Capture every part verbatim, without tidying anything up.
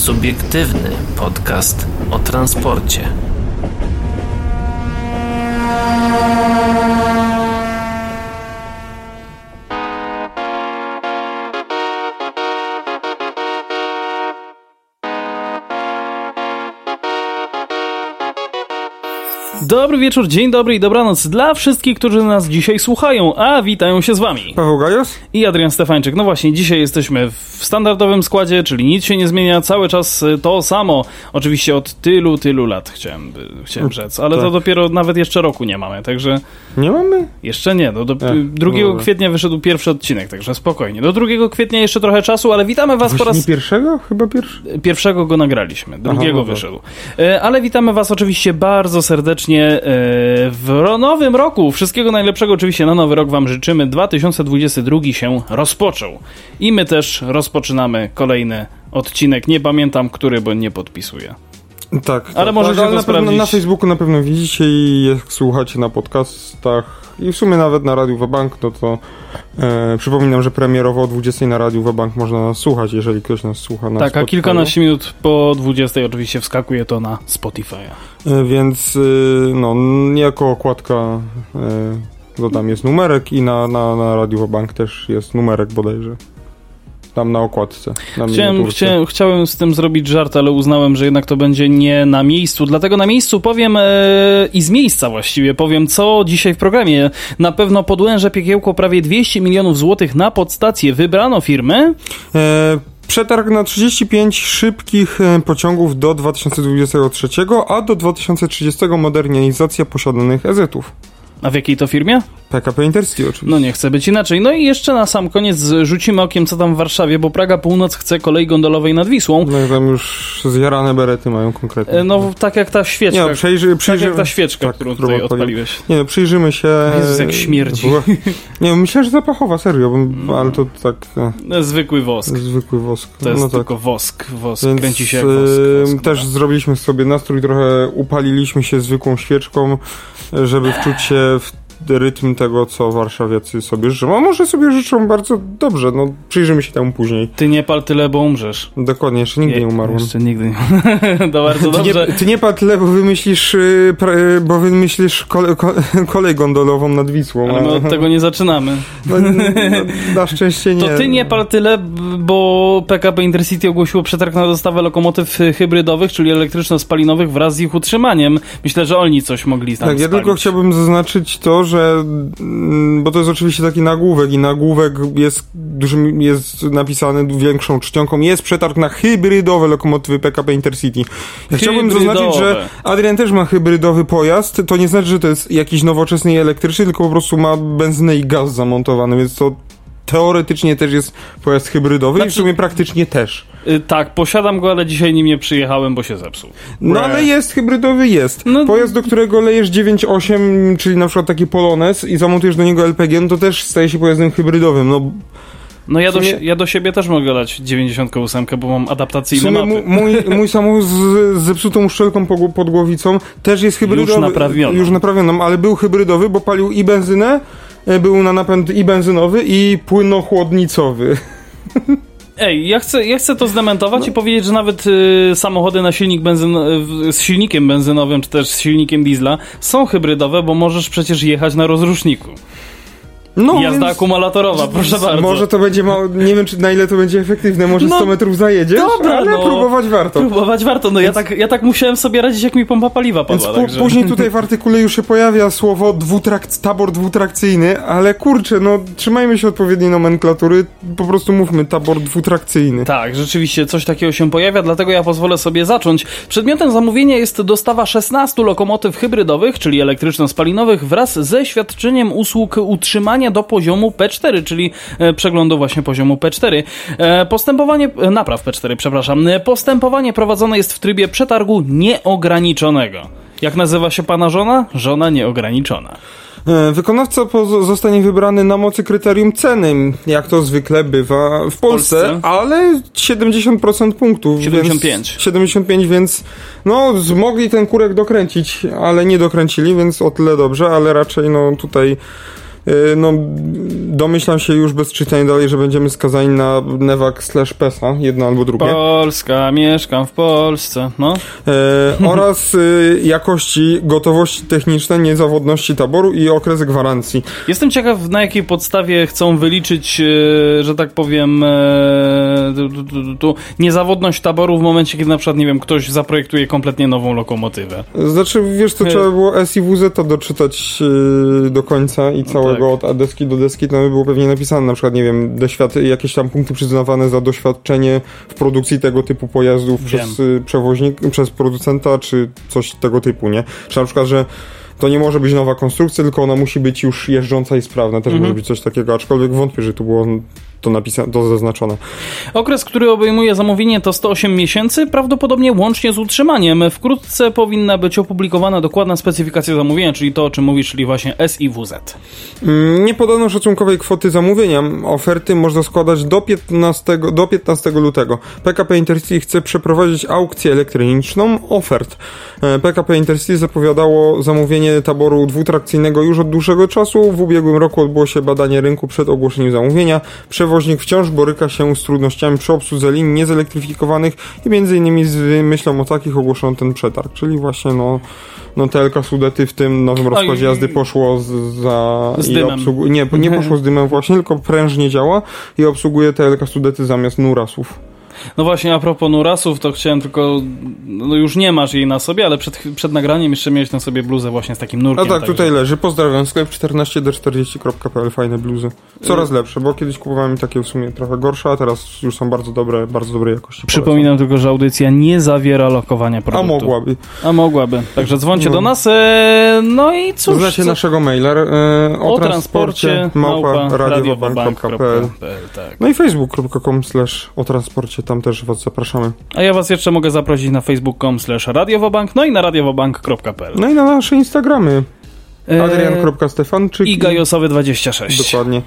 Subiektywny podcast o transporcie. Dobry wieczór, dzień dobry i dobranoc dla wszystkich, którzy nas dzisiaj słuchają, a witają się z wami Paweł Gajos i Adrian Stefańczyk. No właśnie, dzisiaj jesteśmy w standardowym składzie, czyli nic się nie zmienia, cały czas to samo. Oczywiście od tylu, tylu lat chciałem, chciałem rzec, ale tak. To dopiero nawet jeszcze roku nie mamy, także... Nie mamy? Jeszcze nie, no do drugiego kwietnia wyszedł pierwszy odcinek, także spokojnie. Do drugiego kwietnia jeszcze trochę czasu, ale witamy was po raz... Nie pierwszego? Chyba pierwszy? Pierwszego go nagraliśmy, drugiego Aha, wyszedł. Ale witamy was oczywiście bardzo serdecznie w nowym roku. Wszystkiego najlepszego oczywiście na nowy rok wam życzymy. dwa tysiące dwudziesty drugi się rozpoczął. I my też rozpoczynamy kolejny odcinek. Nie pamiętam, który, bo nie podpisuję. Tak, ale tak, możecie tak, ale to na, sprawdzić. Pewno, na Facebooku na pewno widzicie i jak słuchacie na podcastach i w sumie nawet na Radiu Wabank, no to e, przypominam, że premierowo o dwudziestej na Radiu Wabank można nas słuchać, jeżeli ktoś nas słucha na Tak, Spotify. a kilkanaście minut po dwudziestej oczywiście wskakuje to na Spotify'a. E, więc e, no, jako okładka e, dodam jest numerek i na, na, na Radiu Wabank też jest numerek bodajże. Tam na okładce. Na chciałem, chciałem, chciałem z tym zrobić żart, ale uznałem, że jednak to będzie nie na miejscu. Dlatego na miejscu powiem e, i z miejsca właściwie powiem, co dzisiaj w programie. Na pewno Podłęże Piekiełko prawie dwieście milionów złotych na podstację. Wybrano firmy? E, przetarg na trzydzieści pięć szybkich pociągów do dwa tysiące dwudziestego trzeciego, a do dwa tysiące trzydziestego modernizacja posiadanych E Z-ów. A w jakiej to firmie? P K P Intercity oczywiście. No nie chce być inaczej. No i jeszcze na sam koniec rzucimy okiem, co tam w Warszawie, bo Praga Północ chce kolei gondolowej nad Wisłą. No i tam już zjarane berety mają konkretnie. No tak jak ta świeczka. Nie, no, przejrzy, przejrzy... Tak jak ta świeczka, tak, którą tutaj odpaliłeś. Nie no, przyjrzymy się... Jezus, jak śmierdzi. Nie, myślę, że zapachowa, serio, bo, ale to tak... No, zwykły wosk. Zwykły wosk. To jest no tak. tylko wosk. Wosk. Więc, kręci się jak wosk. wosk też no. zrobiliśmy sobie nastrój, trochę upaliliśmy się zwykłą świeczką, żeby wczuć się w rytm tego, co warszawiacy sobie życzą. A może sobie życzą bardzo dobrze, no przyjrzymy się temu później. Ty nie pal tyle, bo umrzesz. Dokładnie, jeszcze nigdy nie, nie umarłem. Jeszcze nigdy nie. To bardzo ty dobrze. Nie, ty nie pal tyle, bo wymyślisz, bo wymyślisz kole, kolej gondolową nad Wisłą. Ale my od tego nie zaczynamy. No, no, na szczęście nie. To ty nie pal tyle, bo P K P Intercity ogłosiło przetarg na dostawę lokomotyw hybrydowych, czyli elektryczno-spalinowych wraz z ich utrzymaniem. Myślę, że oni coś mogli tam Tak, ja spalić. tylko chciałbym zaznaczyć to, że bo to jest oczywiście taki nagłówek i nagłówek jest dużym, jest napisany większą czcionką. Jest przetarg na hybrydowe lokomotywy P K P Intercity. Ja chciałbym zaznaczyć, że Adrian też ma hybrydowy pojazd. To nie znaczy, że to jest jakiś nowoczesny i elektryczny, tylko po prostu ma benzynę i gaz zamontowany, więc to teoretycznie też jest pojazd hybrydowy znaczy, i w sumie praktycznie też. Yy, tak, posiadam go, ale dzisiaj nim nie przyjechałem, bo się zepsuł. No Bre. ale jest hybrydowy, jest. No, pojazd, do którego lejesz dziewięć osiem, czyli na przykład taki Polonez i zamontujesz do niego L P G, no to też staje się pojazdem hybrydowym. No, no ja, do, ja do siebie też mogę lać dziewięćdziesiąt osiem, bo mam adaptacyjne mapy. M- mój, mój samochód z, z zepsutą uszczelką pod głowicą też jest hybrydowy. Już naprawiono. Już naprawiono, ale był hybrydowy, bo palił i benzynę, był na napęd i benzynowy, i płynochłodnicowy. Ej, ja chcę, ja chcę to zdementować no. i powiedzieć, że nawet y, samochody na silnik benzyn, y, z silnikiem benzynowym, czy też z silnikiem diesla są hybrydowe, bo możesz przecież jechać na rozruszniku. No, jazda więc... akumulatorowa, proszę bardzo. Może to będzie mało, nie wiem czy na ile to będzie efektywne, może no, sto metrów zajedziesz, dobra, ale no, próbować warto. Próbować warto, no więc... ja, tak, ja tak musiałem sobie radzić, jak mi pompa paliwa padła. Więc także... po, później tutaj w artykule już się pojawia słowo dwutrak- tabor dwutrakcyjny, ale kurczę, no trzymajmy się odpowiedniej nomenklatury, po prostu mówmy tabor dwutrakcyjny. Tak, rzeczywiście coś takiego się pojawia, dlatego ja pozwolę sobie zacząć. Przedmiotem zamówienia jest dostawa szesnastu lokomotyw hybrydowych, czyli elektryczno-spalinowych, wraz ze świadczeniem usług utrzymania do poziomu P cztery, czyli e, przeglądu właśnie poziomu P cztery. E, postępowanie, e, napraw P cztery, przepraszam. E, postępowanie prowadzone jest w trybie przetargu nieograniczonego. Jak nazywa się pana żona? Żona nieograniczona. Wykonawca zostanie wybrany na mocy kryterium ceny, jak to zwykle bywa w Polsce, w Polsce? ale siedemdziesiąt procent punktów. siedemdziesiąt pięć. Więc, siedemdziesiąt pięć, więc no zmogli ten kurek dokręcić, ale nie dokręcili, więc o tyle dobrze, ale raczej no tutaj No, domyślam się już bez czytania dalej, że będziemy skazani na Nevak slash Pesa, jedno albo drugie. Polska, mieszkam w Polsce, no. E, oraz y, jakości, gotowości technicznej, niezawodności taboru i okres gwarancji. Jestem ciekaw, na jakiej podstawie chcą wyliczyć, e, że tak powiem, e, tu, tu, tu, tu, niezawodność taboru w momencie, kiedy na przykład, nie wiem, ktoś zaprojektuje kompletnie nową lokomotywę. Znaczy, wiesz co, trzeba było S I W Z to doczytać y, do końca i całego no tak. Od deski do deski, to by było pewnie napisane, na przykład, nie wiem, doświad- jakieś tam punkty przyznawane za doświadczenie w produkcji tego typu pojazdów Wiem. przez y, przewoźnik, przez producenta, czy coś tego typu, nie? Czy na przykład, że to nie może być nowa konstrukcja, tylko ona musi być już jeżdżąca i sprawna. Też mm-hmm. może być coś takiego, aczkolwiek wątpię, że tu było to napisane, to zaznaczone. Okres, który obejmuje zamówienie, to sto osiem miesięcy, prawdopodobnie łącznie z utrzymaniem. Wkrótce powinna być opublikowana dokładna specyfikacja zamówienia, czyli to, o czym mówisz, czyli właśnie S I W Z. Nie podano szacunkowej kwoty zamówienia. Oferty można składać do piętnastego, do piętnastego lutego. P K P Intercity chce przeprowadzić aukcję elektroniczną ofert. P K P Intercity zapowiadało zamówienie taboru dwutrakcyjnego już od dłuższego czasu. W ubiegłym roku odbyło się badanie rynku przed ogłoszeniem zamówienia. Przewoźnik wciąż boryka się z trudnościami przy obsłudze linii niezelektryfikowanych i między innymi z myślą o takich ogłoszono ten przetarg, czyli właśnie no, no T L K Sudety w tym nowym rozkładzie jazdy poszło z, za... Z i dymem. Obsługu, nie, nie poszło z dymem właśnie, tylko prężnie działa i obsługuje T L K Sudety zamiast Nurasów. No właśnie, a propos Nurasów, to chciałem tylko, no już nie masz jej na sobie, ale przed, przed nagraniem jeszcze miałeś na sobie bluzę właśnie z takim nurkiem. A tak, także... tutaj leży. Pozdrawiam, sklep czternaście d czterdzieści kropka p l, fajne bluzy. Coraz lepsze, bo kiedyś kupowałem takie w sumie trochę gorsze, a teraz już są bardzo dobre, bardzo dobrej jakości. Przypominam tylko, że audycja nie zawiera lokowania produktu. A mogłaby. A mogłaby. Także dzwońcie no. do nas. E, no i cóż. Znacie co... naszego maila e, o, o transporcie małpa radiowabank kropka p l. Tak. No i facebook kropka com slash o transporcie, tam też was zapraszamy. A ja was jeszcze mogę zaprosić na facebook kropka com slash radiowabank, no i na radiowabank kropka p l. No i na nasze Instagramy. adrian kropka stefanczyk i gajosowy dwadzieścia sześć. Dokładnie.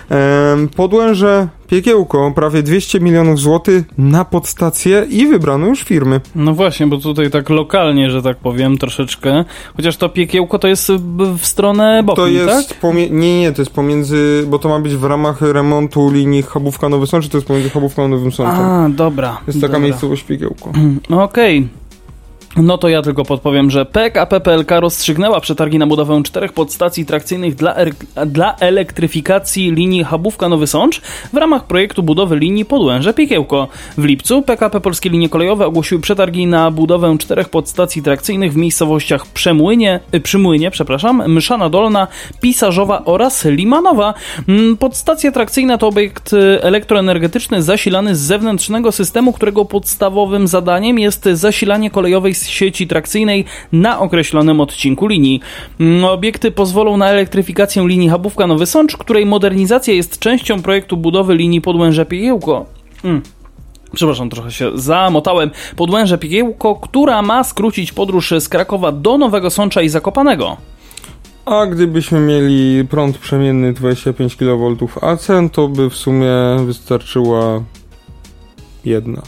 Podłęże Piekiełko, prawie dwieście milionów złotych na podstację i wybrano już firmy. No właśnie, bo tutaj tak lokalnie, że tak powiem, troszeczkę. Chociaż to Piekiełko to jest w stronę Bochni, to jest tak? Pomie- nie, nie, to jest pomiędzy, bo to ma być w ramach remontu linii Chabówka-Nowy Sącz, czy to jest pomiędzy Chabówką a Nowym Sączem? A, dobra. To jest taka dobra. miejscowość Piekiełko. Okej. Okay. No to ja tylko podpowiem, że P K P P L K rozstrzygnęła przetargi na budowę czterech podstacji trakcyjnych dla, er- dla elektryfikacji linii Chabówka-Nowy Sącz w ramach projektu budowy linii Podłęże-Piekiełko. W lipcu P K P Polskie Linie Kolejowe ogłosiły przetargi na budowę czterech podstacji trakcyjnych w miejscowościach Przemłynie, y, Przymłynie, przepraszam, Myszana Dolna, Pisarzowa oraz Limanowa. Podstacja trakcyjna to obiekt elektroenergetyczny zasilany z zewnętrznego systemu, którego podstawowym zadaniem jest zasilanie kolejowej sieci trakcyjnej na określonym odcinku linii. Obiekty pozwolą na elektryfikację linii Chabówka-Nowy Sącz, której modernizacja jest częścią projektu budowy linii Podłęże-Piekiełko. Hmm. Przepraszam, trochę się zamotałem. Podłęże-Piekiełko, która ma skrócić podróż z Krakowa do Nowego Sącza i Zakopanego. A gdybyśmy mieli prąd przemienny dwadzieścia pięć kilowoltów A C, to by w sumie wystarczyła jedna.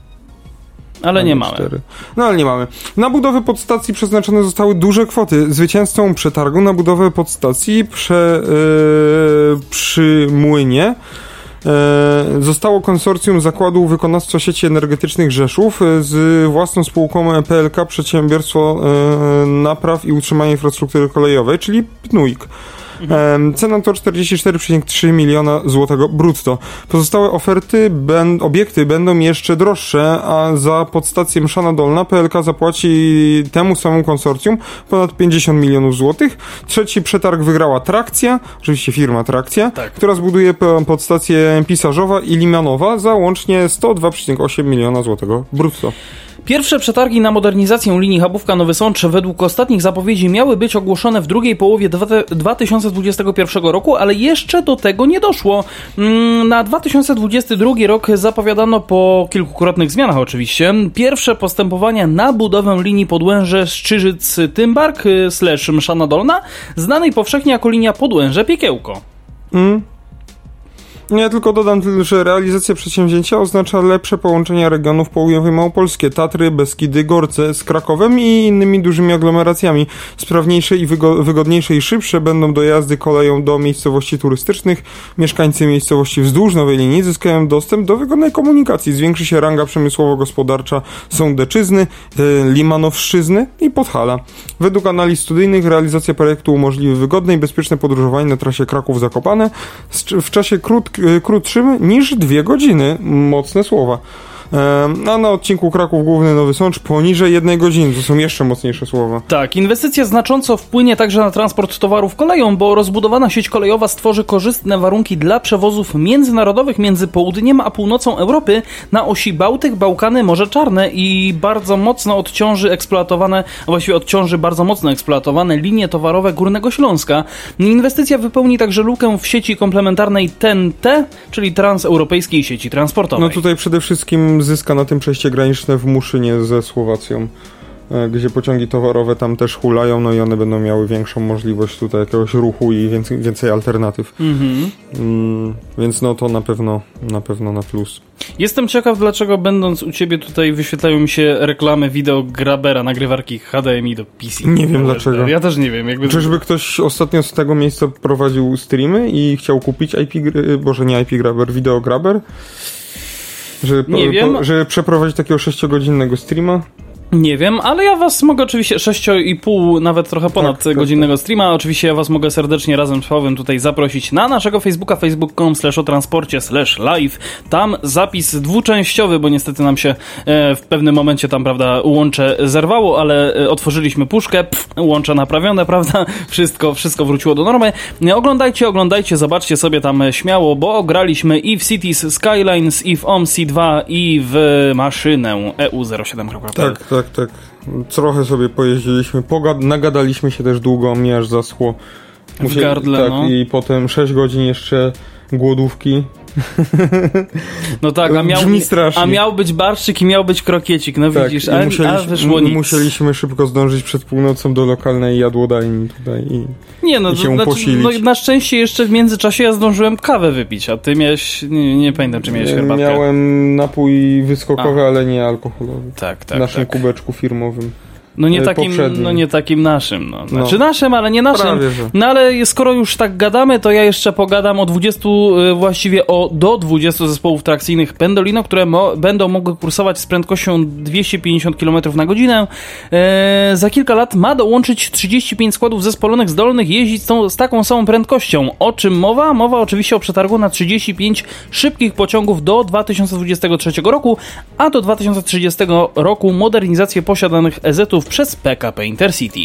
Ale nie mamy. No ale nie mamy. Na budowę podstacji przeznaczone zostały duże kwoty. Zwycięzcą przetargu na budowę podstacji prze, yy, przy Młynie yy, zostało konsorcjum zakładów wykonawstwa sieci energetycznych Rzeszów z własną spółką P L K Przedsiębiorstwo yy, Napraw i Utrzymania Infrastruktury Kolejowej, czyli P N U I K. Mhm. Cena to czterdzieści cztery przecinek trzy miliona złotego brutto. Pozostałe oferty, ben, obiekty będą jeszcze droższe, a za podstację Mszana Dolna P L K zapłaci temu samemu konsorcjum ponad pięćdziesiąt milionów złotych. Trzeci przetarg wygrała Trakcja, oczywiście firma Trakcja, tak, która zbuduje podstację Pisarzowa i Limanowa za łącznie sto dwa przecinek osiem miliona złotego brutto. Pierwsze przetargi na modernizację linii Chabówka-Nowy Sącz według ostatnich zapowiedzi miały być ogłoszone w drugiej połowie dwa tysiące dwudziestego pierwszego roku, ale jeszcze do tego nie doszło. Na dwa tysiące dwudziesty drugi rok zapowiadano po kilkukrotnych zmianach oczywiście pierwsze postępowania na budowę linii Podłęże-Szczyżyc-Tymbark slash Mszana Dolna, znanej powszechnie jako linia Podłęże-Piekiełko. Mm. Ja tylko dodam, że realizacja przedsięwzięcia oznacza lepsze połączenia regionów południowej Małopolskie, Tatry, Beskidy, Gorce z Krakowem i innymi dużymi aglomeracjami. Sprawniejsze i wygo- wygodniejsze i szybsze będą dojazdy koleją do miejscowości turystycznych. Mieszkańcy miejscowości wzdłuż nowej linii zyskają dostęp do wygodnej komunikacji. Zwiększy się ranga przemysłowo-gospodarcza Sądeczyzny, Limanowszczyzny i Podhala. Według analiz studyjnych realizacja projektu umożliwi wygodne i bezpieczne podróżowanie na trasie Kraków-Zakopane w czasie krót, krótszym niż dwie godziny. Mocne słowa. A na odcinku Kraków Główny Nowy Sącz poniżej jednej godziny. To są jeszcze mocniejsze słowa. Tak, inwestycja znacząco wpłynie także na transport towarów koleją, bo rozbudowana sieć kolejowa stworzy korzystne warunki dla przewozów międzynarodowych między południem a północą Europy na osi Bałtyk, Bałkany, Morze Czarne i bardzo mocno odciąży eksploatowane, a właściwie odciąży bardzo mocno eksploatowane linie towarowe Górnego Śląska. Inwestycja wypełni także lukę w sieci komplementarnej T E N T, czyli transeuropejskiej sieci transportowej. No tutaj przede wszystkim zyska na tym przejście graniczne w Muszynie ze Słowacją, gdzie pociągi towarowe tam też hulają, no i one będą miały większą możliwość tutaj jakiegoś ruchu i więcej, więcej alternatyw. Mhm. Mm, więc no to na pewno, na pewno na plus. Jestem ciekaw, dlaczego będąc u ciebie tutaj wyświetlają mi się reklamy wideo Grabera, nagrywarki H D M I do P C. Nie wiem dlaczego. Ja też nie wiem. Jakby... Czyżby ktoś ostatnio z tego miejsca prowadził streamy i chciał kupić I P, boże nie I P Grabber, wideo Grabber? Żeby, nie po, wiem. Po, żeby przeprowadzić takiego sześciogodzinnego streama? Nie wiem, ale ja was mogę oczywiście sześć i pół, nawet trochę ponad tak, godzinnego tak, tak. streama. Oczywiście ja was mogę serdecznie razem z Pawłem tutaj zaprosić na naszego Facebooka, facebook kropka com slash o transporcie slash live. Tam zapis dwuczęściowy, bo niestety nam się e, w pewnym momencie tam, prawda, łącze zerwało, ale e, otworzyliśmy puszkę, pff, łącze naprawione, prawda, wszystko, wszystko wróciło do normy. E, oglądajcie, oglądajcie, zobaczcie sobie tam śmiało, bo graliśmy i w Cities Skylines, i w O M C dwa, i w maszynę E U zero siedem kropka p l. Tak, tak, tak. Trochę sobie pojeździliśmy, pogad- nagadaliśmy się też długo, mi aż zaschło. Musieli, w gardle, tak, no. I potem sześć godzin jeszcze głodówki. No tak, a miał, a miał być barszczyk i miał być krokiecik, no tak, widzisz, a, a wyszło nic. Musieliśmy szybko zdążyć przed północą do lokalnej jadłodajni tutaj i, nie, no, i się znaczy, posilić. No, na szczęście jeszcze w międzyczasie ja zdążyłem kawę wypić, a ty miałeś, nie, nie pamiętam, czy miałeś herbatkę. Miałem napój wyskokowy, a. ale nie alkoholowy. Tak, tak. W naszym tak. kubeczku firmowym. No nie takim, no nie takim naszym, no. Znaczy no. naszym, ale nie naszym. Prawie, że. No ale skoro już tak gadamy, to ja jeszcze pogadam o dwudziestu, właściwie o do dwudziestu zespołów trakcyjnych Pendolino, które mo- będą mogły kursować z prędkością dwieście pięćdziesiąt kilometrów na godzinę. Eee, za kilka lat ma dołączyć trzydzieści pięć składów zespolonych zdolnych jeździć z, tą, z taką samą prędkością. O czym mowa? Mowa oczywiście o przetargu na trzydzieści pięć szybkich pociągów do dwa tysiące dwudziestego trzeciego roku, a do dwa tysiące trzydziestego roku modernizację posiadanych E Z-ów przez P K P Intercity.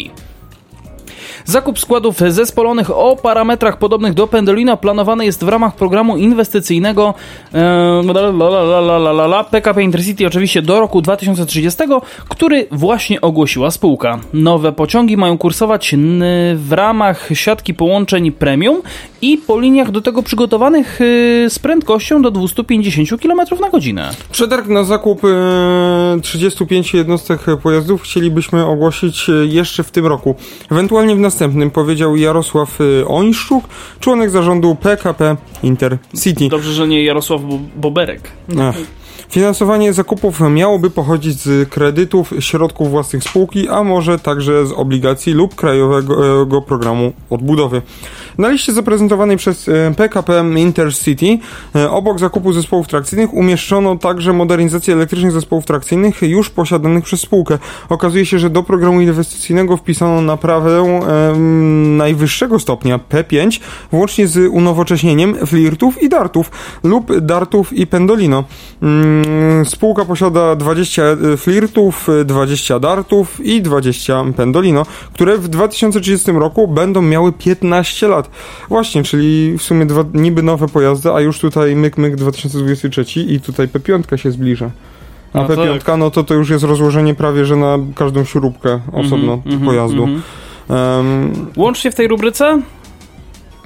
Zakup składów zespolonych o parametrach podobnych do Pendolino planowany jest w ramach programu inwestycyjnego e, la, la, la, la, la, la, P K P Intercity oczywiście do roku dwa tysiące trzydziestego, który właśnie ogłosiła spółka. Nowe pociągi mają kursować n, w ramach siatki połączeń premium i po liniach do tego przygotowanych y, z prędkością do dwieście pięćdziesiąt kilometrów na godzinę. Przetarg na zakup y, trzydziestu pięciu jednostek pojazdów chcielibyśmy ogłosić jeszcze w tym roku. Ewentualnie w następnym, powiedział Jarosław Ońszczuk, członek zarządu P K P Intercity. Dobrze, że nie Jarosław Boberek. Ach. Finansowanie zakupów miałoby pochodzić z kredytów, środków własnych spółki, a może także z obligacji lub krajowego programu odbudowy. Na liście zaprezentowanej przez P K P Intercity obok zakupu zespołów trakcyjnych umieszczono także modernizację elektrycznych zespołów trakcyjnych już posiadanych przez spółkę. Okazuje się, że do programu inwestycyjnego wpisano naprawę e, najwyższego stopnia P pięć, włącznie z unowocześnieniem flirtów i dartów lub dartów i pendolino. Mm, spółka posiada dwadzieścia flirtów, dwadzieścia dartów i dwadzieścia pendolino, które w dwa tysiące trzydziestym roku będą miały piętnaście lat. Właśnie, czyli w sumie dwa, niby nowe pojazdy, a już tutaj myk myk dwa tysiące dwudziesty trzeci i tutaj P pięć się zbliża. A no P pięć, tak. no to to już jest rozłożenie prawie, że na każdą śrubkę osobno mm-hmm, pojazdu. Mm-hmm. Um, Łącznie w tej rubryce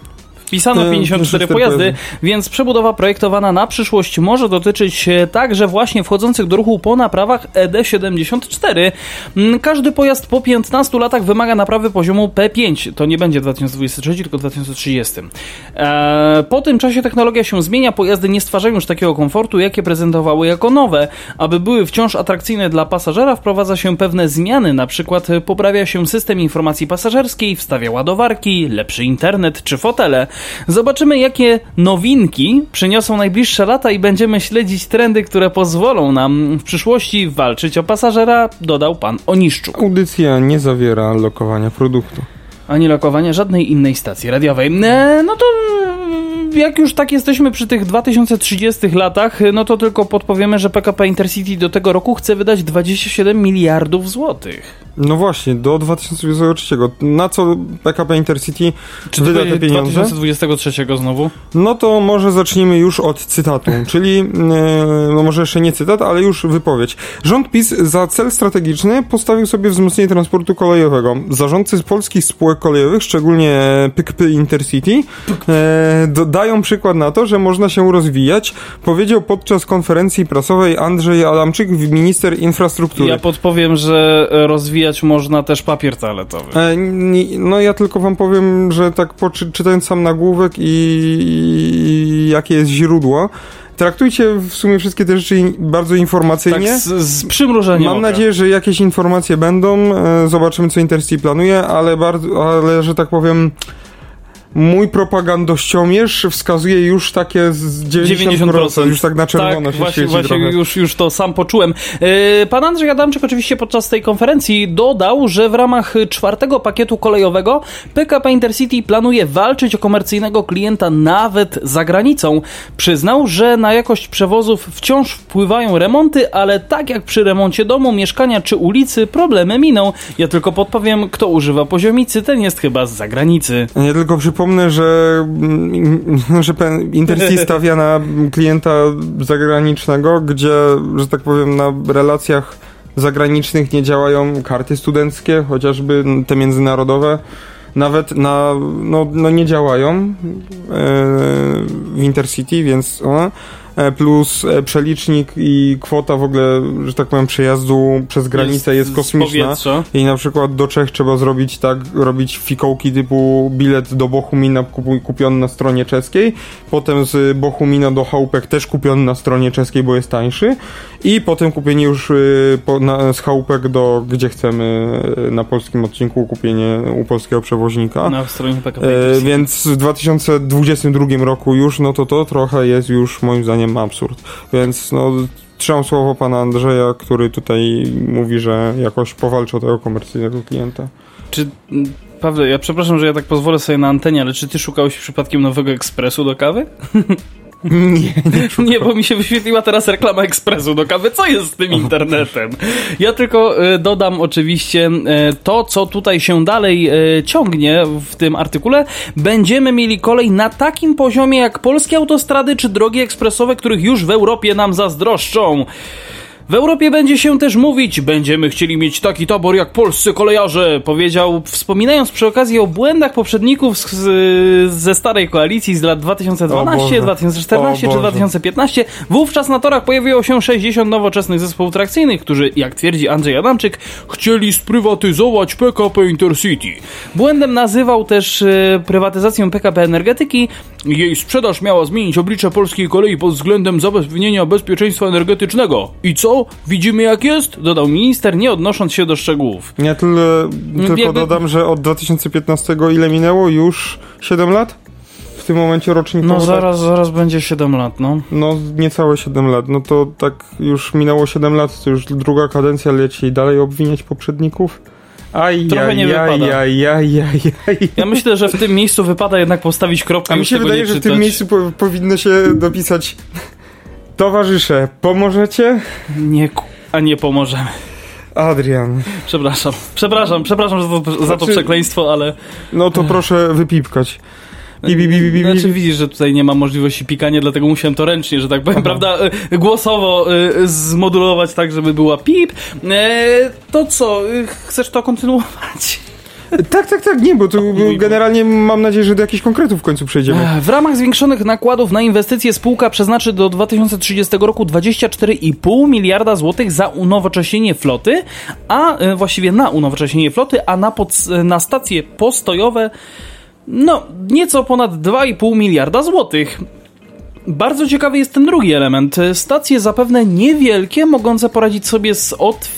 Wpisano pięćdziesiąt cztery pojazdy, więc przebudowa projektowana na przyszłość może dotyczyć także właśnie wchodzących do ruchu po naprawach E D siedemdziesiąt cztery. Każdy pojazd po piętnastu latach wymaga naprawy poziomu P pięć. To nie będzie dwa tysiące dwudziesty trzeci, tylko dwa tysiące trzydziesty. Eee, po tym czasie technologia się zmienia, pojazdy nie stwarzają już takiego komfortu, jakie prezentowały jako nowe. Aby były wciąż atrakcyjne dla pasażera, wprowadza się pewne zmiany, na przykład poprawia się system informacji pasażerskiej, wstawia ładowarki, lepszy internet czy fotele. Zobaczymy, jakie nowinki przyniosą najbliższe lata i będziemy śledzić trendy, które pozwolą nam w przyszłości walczyć o pasażera, dodał pan Oniszczuk. Audycja nie zawiera lokowania produktu. Ani lokowania żadnej innej stacji radiowej. E, no to jak już tak jesteśmy przy tych dwa tysiące trzydziestych latach, no to tylko podpowiemy, że P K P Intercity do tego roku chce wydać dwadzieścia siedem miliardów złotych. No właśnie, do dwa tysiące dwudziestego trzeciego. Na co P K P Intercity Czy wyda te pieniądze? dwa tysiące dwudziestego trzeciego znowu? No to może zacznijmy już od cytatu, czyli, yy, no może jeszcze nie cytat, ale już wypowiedź. Rząd PiS za cel strategiczny postawił sobie wzmocnienie transportu kolejowego. Zarządcy polskich spółek kolejowych, szczególnie P K P Intercity, yy, dają przykład na to, że można się rozwijać, powiedział podczas konferencji prasowej Andrzej Adamczyk, minister infrastruktury. Ja podpowiem, że rozwijać można też papier toaletowy. E, nie, no ja tylko wam powiem, że tak poczy, czytając sam nagłówek i, i jakie jest źródło, traktujcie w sumie wszystkie te rzeczy bardzo informacyjnie. Tak, z, z przymrużeniem Mam oka. nadzieję, że jakieś informacje będą. E, zobaczymy, co Intercity planuje, ale bardzo, ale że tak powiem, mój propagandościomierz wskazuje już takie z dziewięćdziesiąt procent, już tak na czerwono tak, się właśnie, świeci właśnie trochę. już, już to sam poczułem. Yy, pan Andrzej Adamczyk oczywiście podczas tej konferencji dodał, że w ramach czwartego pakietu kolejowego P K P Intercity planuje walczyć o komercyjnego klienta nawet za granicą. Przyznał, że na jakość przewozów wciąż wpływają remonty, ale tak jak przy remoncie domu, mieszkania czy ulicy, problemy miną. Ja tylko podpowiem, kto używa poziomicy, ten jest chyba z zagranicy. Ja tylko przypomnę, że, że Intercity stawia na klienta zagranicznego, gdzie, że tak powiem, na relacjach zagranicznych nie działają karty studenckie, chociażby te międzynarodowe. Nawet na, no, no nie działają w Intercity, więc o, plus przelicznik i kwota w ogóle, że tak powiem, przejazdu przez granicę jest, jest kosmiczna. I na przykład do Czech trzeba zrobić tak, robić fikołki typu bilet do Bochumina kupiony na stronie czeskiej, potem z Bochumina do Chałupek też kupiony na stronie czeskiej, bo jest tańszy, i potem kupienie już po, na, z Chałupek do gdzie chcemy na polskim odcinku, kupienie u polskiego przewoźnika. Na stronie P K P e, więc w dwa tysiące dwudziestym drugim roku już, no to to trochę jest już moim zdaniem absurd. Więc no trzymam słowo pana Andrzeja, który tutaj mówi, że jakoś powalczy o tego komercyjnego klienta. Czy, Paweł, ja przepraszam, że ja tak pozwolę sobie na antenie, ale czy ty szukałeś przypadkiem nowego ekspresu do kawy? Nie, nie, nie, bo mi się wyświetliła teraz reklama ekspresu do kawy. Co jest z tym internetem? Ja tylko y, dodam oczywiście y, to, co tutaj się dalej y, ciągnie w tym artykule. Będziemy mieli kolej na takim poziomie jak polskie autostrady czy drogi ekspresowe, których już w Europie nam zazdroszczą. W Europie będzie się też mówić, będziemy chcieli mieć taki tabor jak polscy kolejarze, powiedział, wspominając przy okazji o błędach poprzedników z, z, ze starej koalicji z lat dwa tysiące dwunastego, dwa tysiące czternastego czy dwa tysiące piętnastego. Wówczas na torach pojawiło się sześćdziesiąt nowoczesnych zespołów trakcyjnych, którzy, jak twierdzi Andrzej Adamczyk, chcieli sprywatyzować P K P Intercity. Błędem nazywał też e, prywatyzację P K P Energetyki. Jej sprzedaż miała zmienić oblicze polskiej kolei pod względem zapewnienia bezpieczeństwa energetycznego. I co? Widzimy jak jest? Dodał minister, nie odnosząc się do szczegółów. Ja tyle, tylko Jakby... dodam, że od dwa tysiące piętnastego ile minęło? Już siedem lat? W tym momencie rocznikowo. No zaraz, zaraz będzie siedem lat, no. No niecałe siedem lat. No to tak już minęło siedem lat, to już druga kadencja leci i dalej obwiniać poprzedników? Aj, Trochę aj, nie aj, wypada. Aj, aj, aj, aj. Ja myślę, że w tym miejscu wypada jednak postawić kropkę. A mi się wydaje, że w tym miejscu po, powinno się dopisać: towarzysze, pomożecie? Nie, a nie pomożemy. Adrian. Przepraszam, przepraszam, przepraszam za to, za to znaczy, przekleństwo, ale... No to proszę wypipkać. Bi, bi, bi, bi, bi. Znaczy widzisz, że tutaj nie ma możliwości pikania, dlatego musiałem to ręcznie, że tak powiem, Aha. prawda, głosowo y, zmodulować tak, żeby była pip. E, to co, chcesz to kontynuować? Tak, tak, tak, nie, bo tu generalnie mam nadzieję, że do jakichś konkretów w końcu przejdziemy. W ramach zwiększonych nakładów na inwestycje spółka przeznaczy do dwa tysiące trzydziestego roku dwadzieścia cztery i pół miliarda złotych za unowocześnienie floty, a właściwie na unowocześnienie floty, a na, pod, na stacje postojowe no nieco ponad dwa i pół miliarda złotych. Bardzo ciekawy jest ten drugi element. Stacje zapewne niewielkie, mogące poradzić sobie z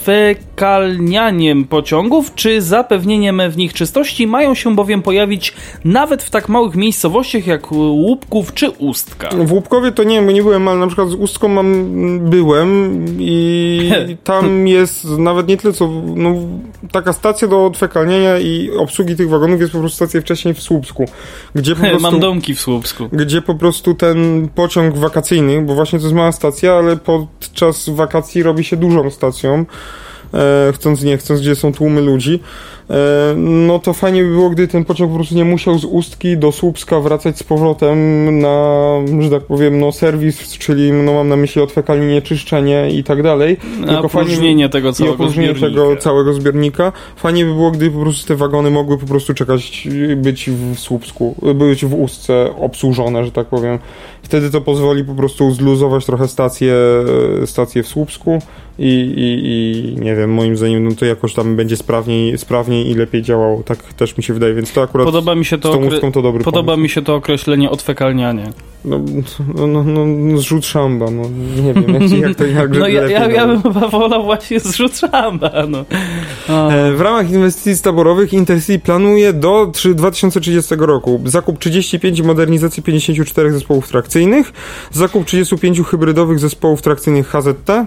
odfekalnianiem pociągów, czy zapewnieniem w nich czystości, mają się bowiem pojawić nawet w tak małych miejscowościach jak Łupków czy Ustka. W Łupkowie to nie wiem, bo nie byłem, ale na przykład z Ustką mam, byłem i tam jest nawet nie tyle co, no, taka stacja do odfekalniania i obsługi tych wagonów jest po prostu stacja wcześniej w Słupsku, gdzie po prostu... Mam domki w Słupsku. Gdzie po prostu ten pociąg wakacyjny, bo właśnie to jest mała stacja, ale podczas wakacji robi się dużą stacją, e, chcąc nie chcąc, gdzie są tłumy ludzi, e, no to fajnie by było, gdy ten pociąg po prostu nie musiał z Ustki do Słupska wracać z powrotem na, że tak powiem, no serwis, czyli no mam na myśli odfekalnienie, czyszczenie i tak dalej. A opróżnienie tego całego zbiornika. tego całego zbiornika. Fajnie by było, gdy po prostu te wagony mogły po prostu czekać, być w Słupsku, być w Ustce obsłużone, że tak powiem. Wtedy to pozwoli po prostu zluzować trochę stację, stację w Słupsku i, i, i nie wiem, moim zdaniem no to jakoś tam będzie sprawniej, sprawniej i lepiej działało. Tak też mi się wydaje, więc to akurat podoba mi się to, z tą Ustką to dobry Podoba pomysł. mi się to określenie odfekalnianie. No, no, no, no zrzut szamba, no nie wiem, jak, jak to inaczej. No ja, ja, ja bym chyba wolał właśnie zrzut szamba, no. E, w ramach inwestycji taborowych Intercity planuje do dwa tysiące trzydziestego roku zakup trzydziestu pięciu modernizacji pięćdziesięciu czterech zespołów trakcyjnych, zakup trzydziestu pięciu hybrydowych zespołów trakcyjnych H Z T,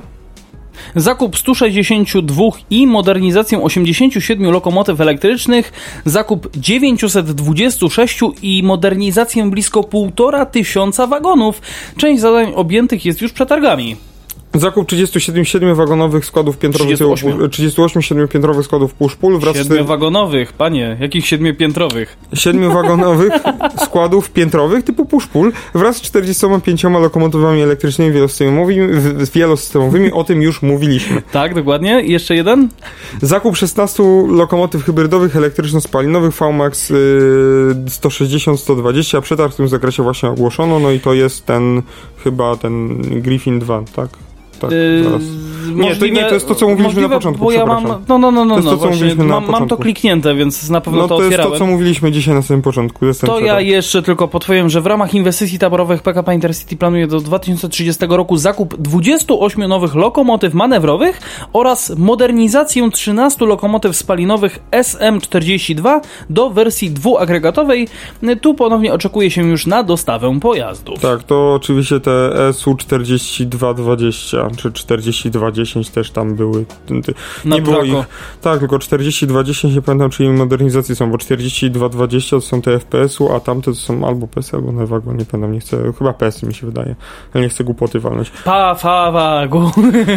zakup stu sześćdziesięciu dwóch i modernizację osiemdziesięciu siedmiu lokomotyw elektrycznych, zakup dziewięćset dwudziestu sześciu i modernizację blisko półtora tysiąca wagonów. Część zadań objętych jest już przetargami. Zakup trzydziestu siedmiu siedmiowagonowych składów piętrowych, trzydziestu ośmiu siedmiopiętrowych składów push-pull wraz z siedmiowagonowych, panie, jakich siedmiopiętrowych? Siedmiowagonowych składów piętrowych typu push-pull wraz z czterdziestoma pięcioma lokomotywami elektrycznymi wielosystemowymi, wielosystemowymi, o tym już mówiliśmy. Tak, dokładnie. I jeszcze jeden? Zakup szesnastu lokomotyw hybrydowych elektryczno-spalinowych V MAX yy, sto sześćdziesiąt sto dwadzieścia, przetarg w tym zakresie właśnie ogłoszono, no i to jest ten, chyba ten Griffin dwa, tak? Tak, yy, nie, możliwe, to, nie, to jest to, co mówiliśmy możliwe, na początku, bo ja mam, no, no, no, no, to jest to, co no mówiliśmy na mam, początku. mam to kliknięte, więc na pewno no, to, to otwierałem. To jest to, co mówiliśmy dzisiaj na samym początku. Jest to ja jeszcze tylko podpowiem, że w ramach inwestycji taborowych P K P Intercity planuje do dwa tysiące trzydziestego roku zakup dwudziestu ośmiu nowych lokomotyw manewrowych oraz modernizację trzynastu lokomotyw spalinowych S M czterdzieści dwa do wersji dwuagregatowej. Tu ponownie oczekuje się już na dostawę pojazdów. Tak, to oczywiście te S U czterdzieści dwa dwadzieścia czy czterdzieści dwa dziesięć też tam były. Nie na było ich. Tak, tylko czterdzieści dwa dziesięć, nie pamiętam, czy im modernizacje są, bo czterdzieści dwa dwadzieścia to są te F P S u, a tamte to są albo P S, albo Nevago, nie pamiętam, nie chcę, chyba P S mi się wydaje, ale nie chcę głupoty walnąć. Pa, fa, wagu.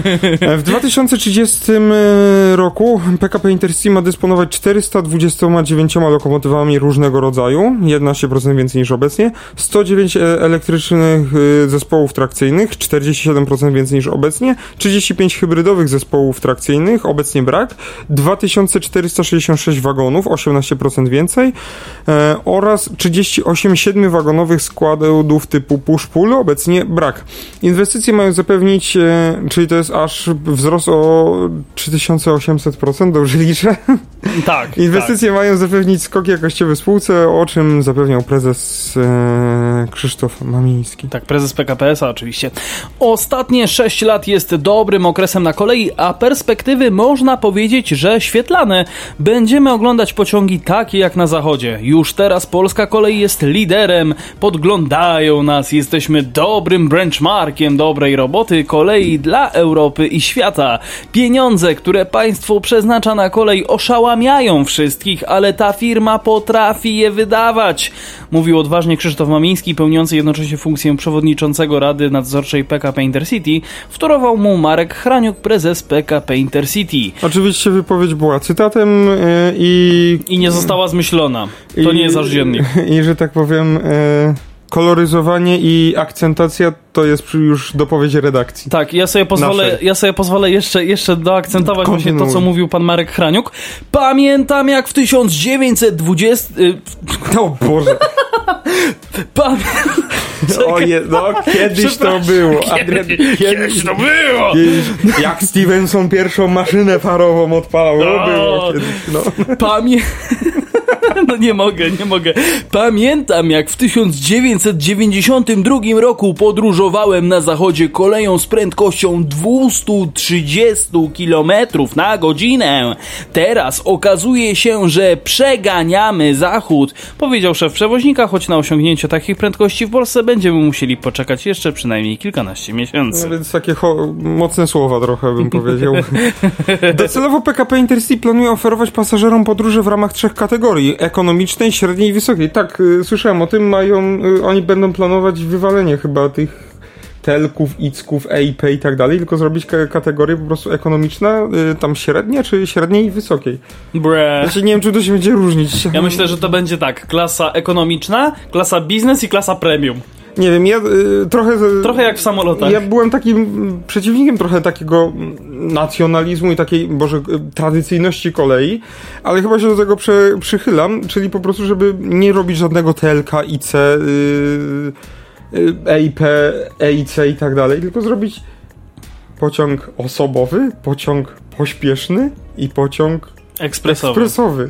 W dwa tysiące trzydziestym roku P K P Intercity ma dysponować czterysta dwudziestoma dziewięcioma lokomotywami różnego rodzaju, jedenaście procent więcej niż obecnie, sto dziewięć elektrycznych zespołów trakcyjnych, czterdzieści siedem procent więcej niż obecnie, trzydzieści pięć hybrydowych zespołów trakcyjnych, obecnie brak, dwa tysiące czterysta sześćdziesiąt sześć wagonów, osiemnaście procent więcej e, oraz trzydzieści osiem siedmiowagonowych składów typu push-pull, obecnie brak. Inwestycje mają zapewnić, e, czyli to jest aż wzrost o trzy tysiące osiemset procent, dobrze liczę? Tak. Inwestycje tak. mają zapewnić skok jakościowy spółce, o czym zapewniał prezes e, Krzysztof Mamiński. Tak, prezes P K P S a oczywiście. Ostatnie sześć lat jest dobrym okresem na kolei, a perspektywy można powiedzieć, że świetlane. Będziemy oglądać pociągi takie jak na zachodzie. Już teraz polska kolej jest liderem. Podglądają nas. Jesteśmy dobrym benchmarkiem dobrej roboty kolei dla Europy i świata. Pieniądze, które państwo przeznacza na kolej, oszałamiają wszystkich, ale ta firma potrafi je wydawać. Mówił odważnie Krzysztof Mamiński, pełniący jednocześnie funkcję przewodniczącego Rady Nadzorczej P K P Intercity. Wtórował mu Marek Hraniuk, prezes P K P Intercity. Oczywiście wypowiedź była cytatem yy, i... I nie została zmyślona. To i, nie jest aż dziennik. I, że tak powiem... Yy... koloryzowanie i akcentacja to jest już dopowiedź redakcji. Tak, ja sobie pozwolę, ja sobie pozwolę jeszcze, jeszcze doakcentować Kontynuuj. właśnie to, co mówił pan Marek Hraniuk. Pamiętam, jak w tysiąc dziewięćset dwudziestym... O Boże. Pamiętam... O je, no, kiedyś to było. Kiedy, kiedyś, kiedyś to było! Kiedyś, jak Stevenson pierwszą maszynę parową odpalał. No, no było kiedyś, no. Pamię... No nie mogę, nie mogę. Pamiętam, jak w tysiąc dziewięćset dziewięćdziesiątym drugim roku podróżowałem na zachodzie koleją z prędkością dwieście trzydzieści kilometrów na godzinę. Teraz okazuje się, że przeganiamy zachód, powiedział szef przewoźnika, choć na osiągnięcie takich prędkości w Polsce będziemy musieli poczekać jeszcze przynajmniej kilkanaście miesięcy. No więc takie ho- mocne słowa trochę bym powiedział. Docelowo P K P Intercity planuje oferować pasażerom podróże w ramach trzech kategorii: ekonomicznej, średniej i wysokiej. Tak, y, słyszałem o tym, mają, y, oni będą planować wywalenie chyba tych telków, icków, E I P i tak dalej, tylko zrobić k- kategorię po prostu ekonomiczna, y, tam średnia, czy średniej i wysokiej. Bre. Znaczy nie wiem, czy to się będzie różnić. Ja myślę, że to będzie tak, klasa ekonomiczna, klasa biznes i klasa premium. Nie wiem, ja y, trochę... Trochę jak w samolotach. Ja byłem takim przeciwnikiem trochę takiego nacjonalizmu i takiej, boże, tradycyjności kolei, ale chyba się do tego prze, przychylam, czyli po prostu, żeby nie robić żadnego T L K, I C, y, y, E I P, E I C i tak dalej, tylko zrobić pociąg osobowy, pociąg pośpieszny i pociąg ekspresowy. ekspresowy.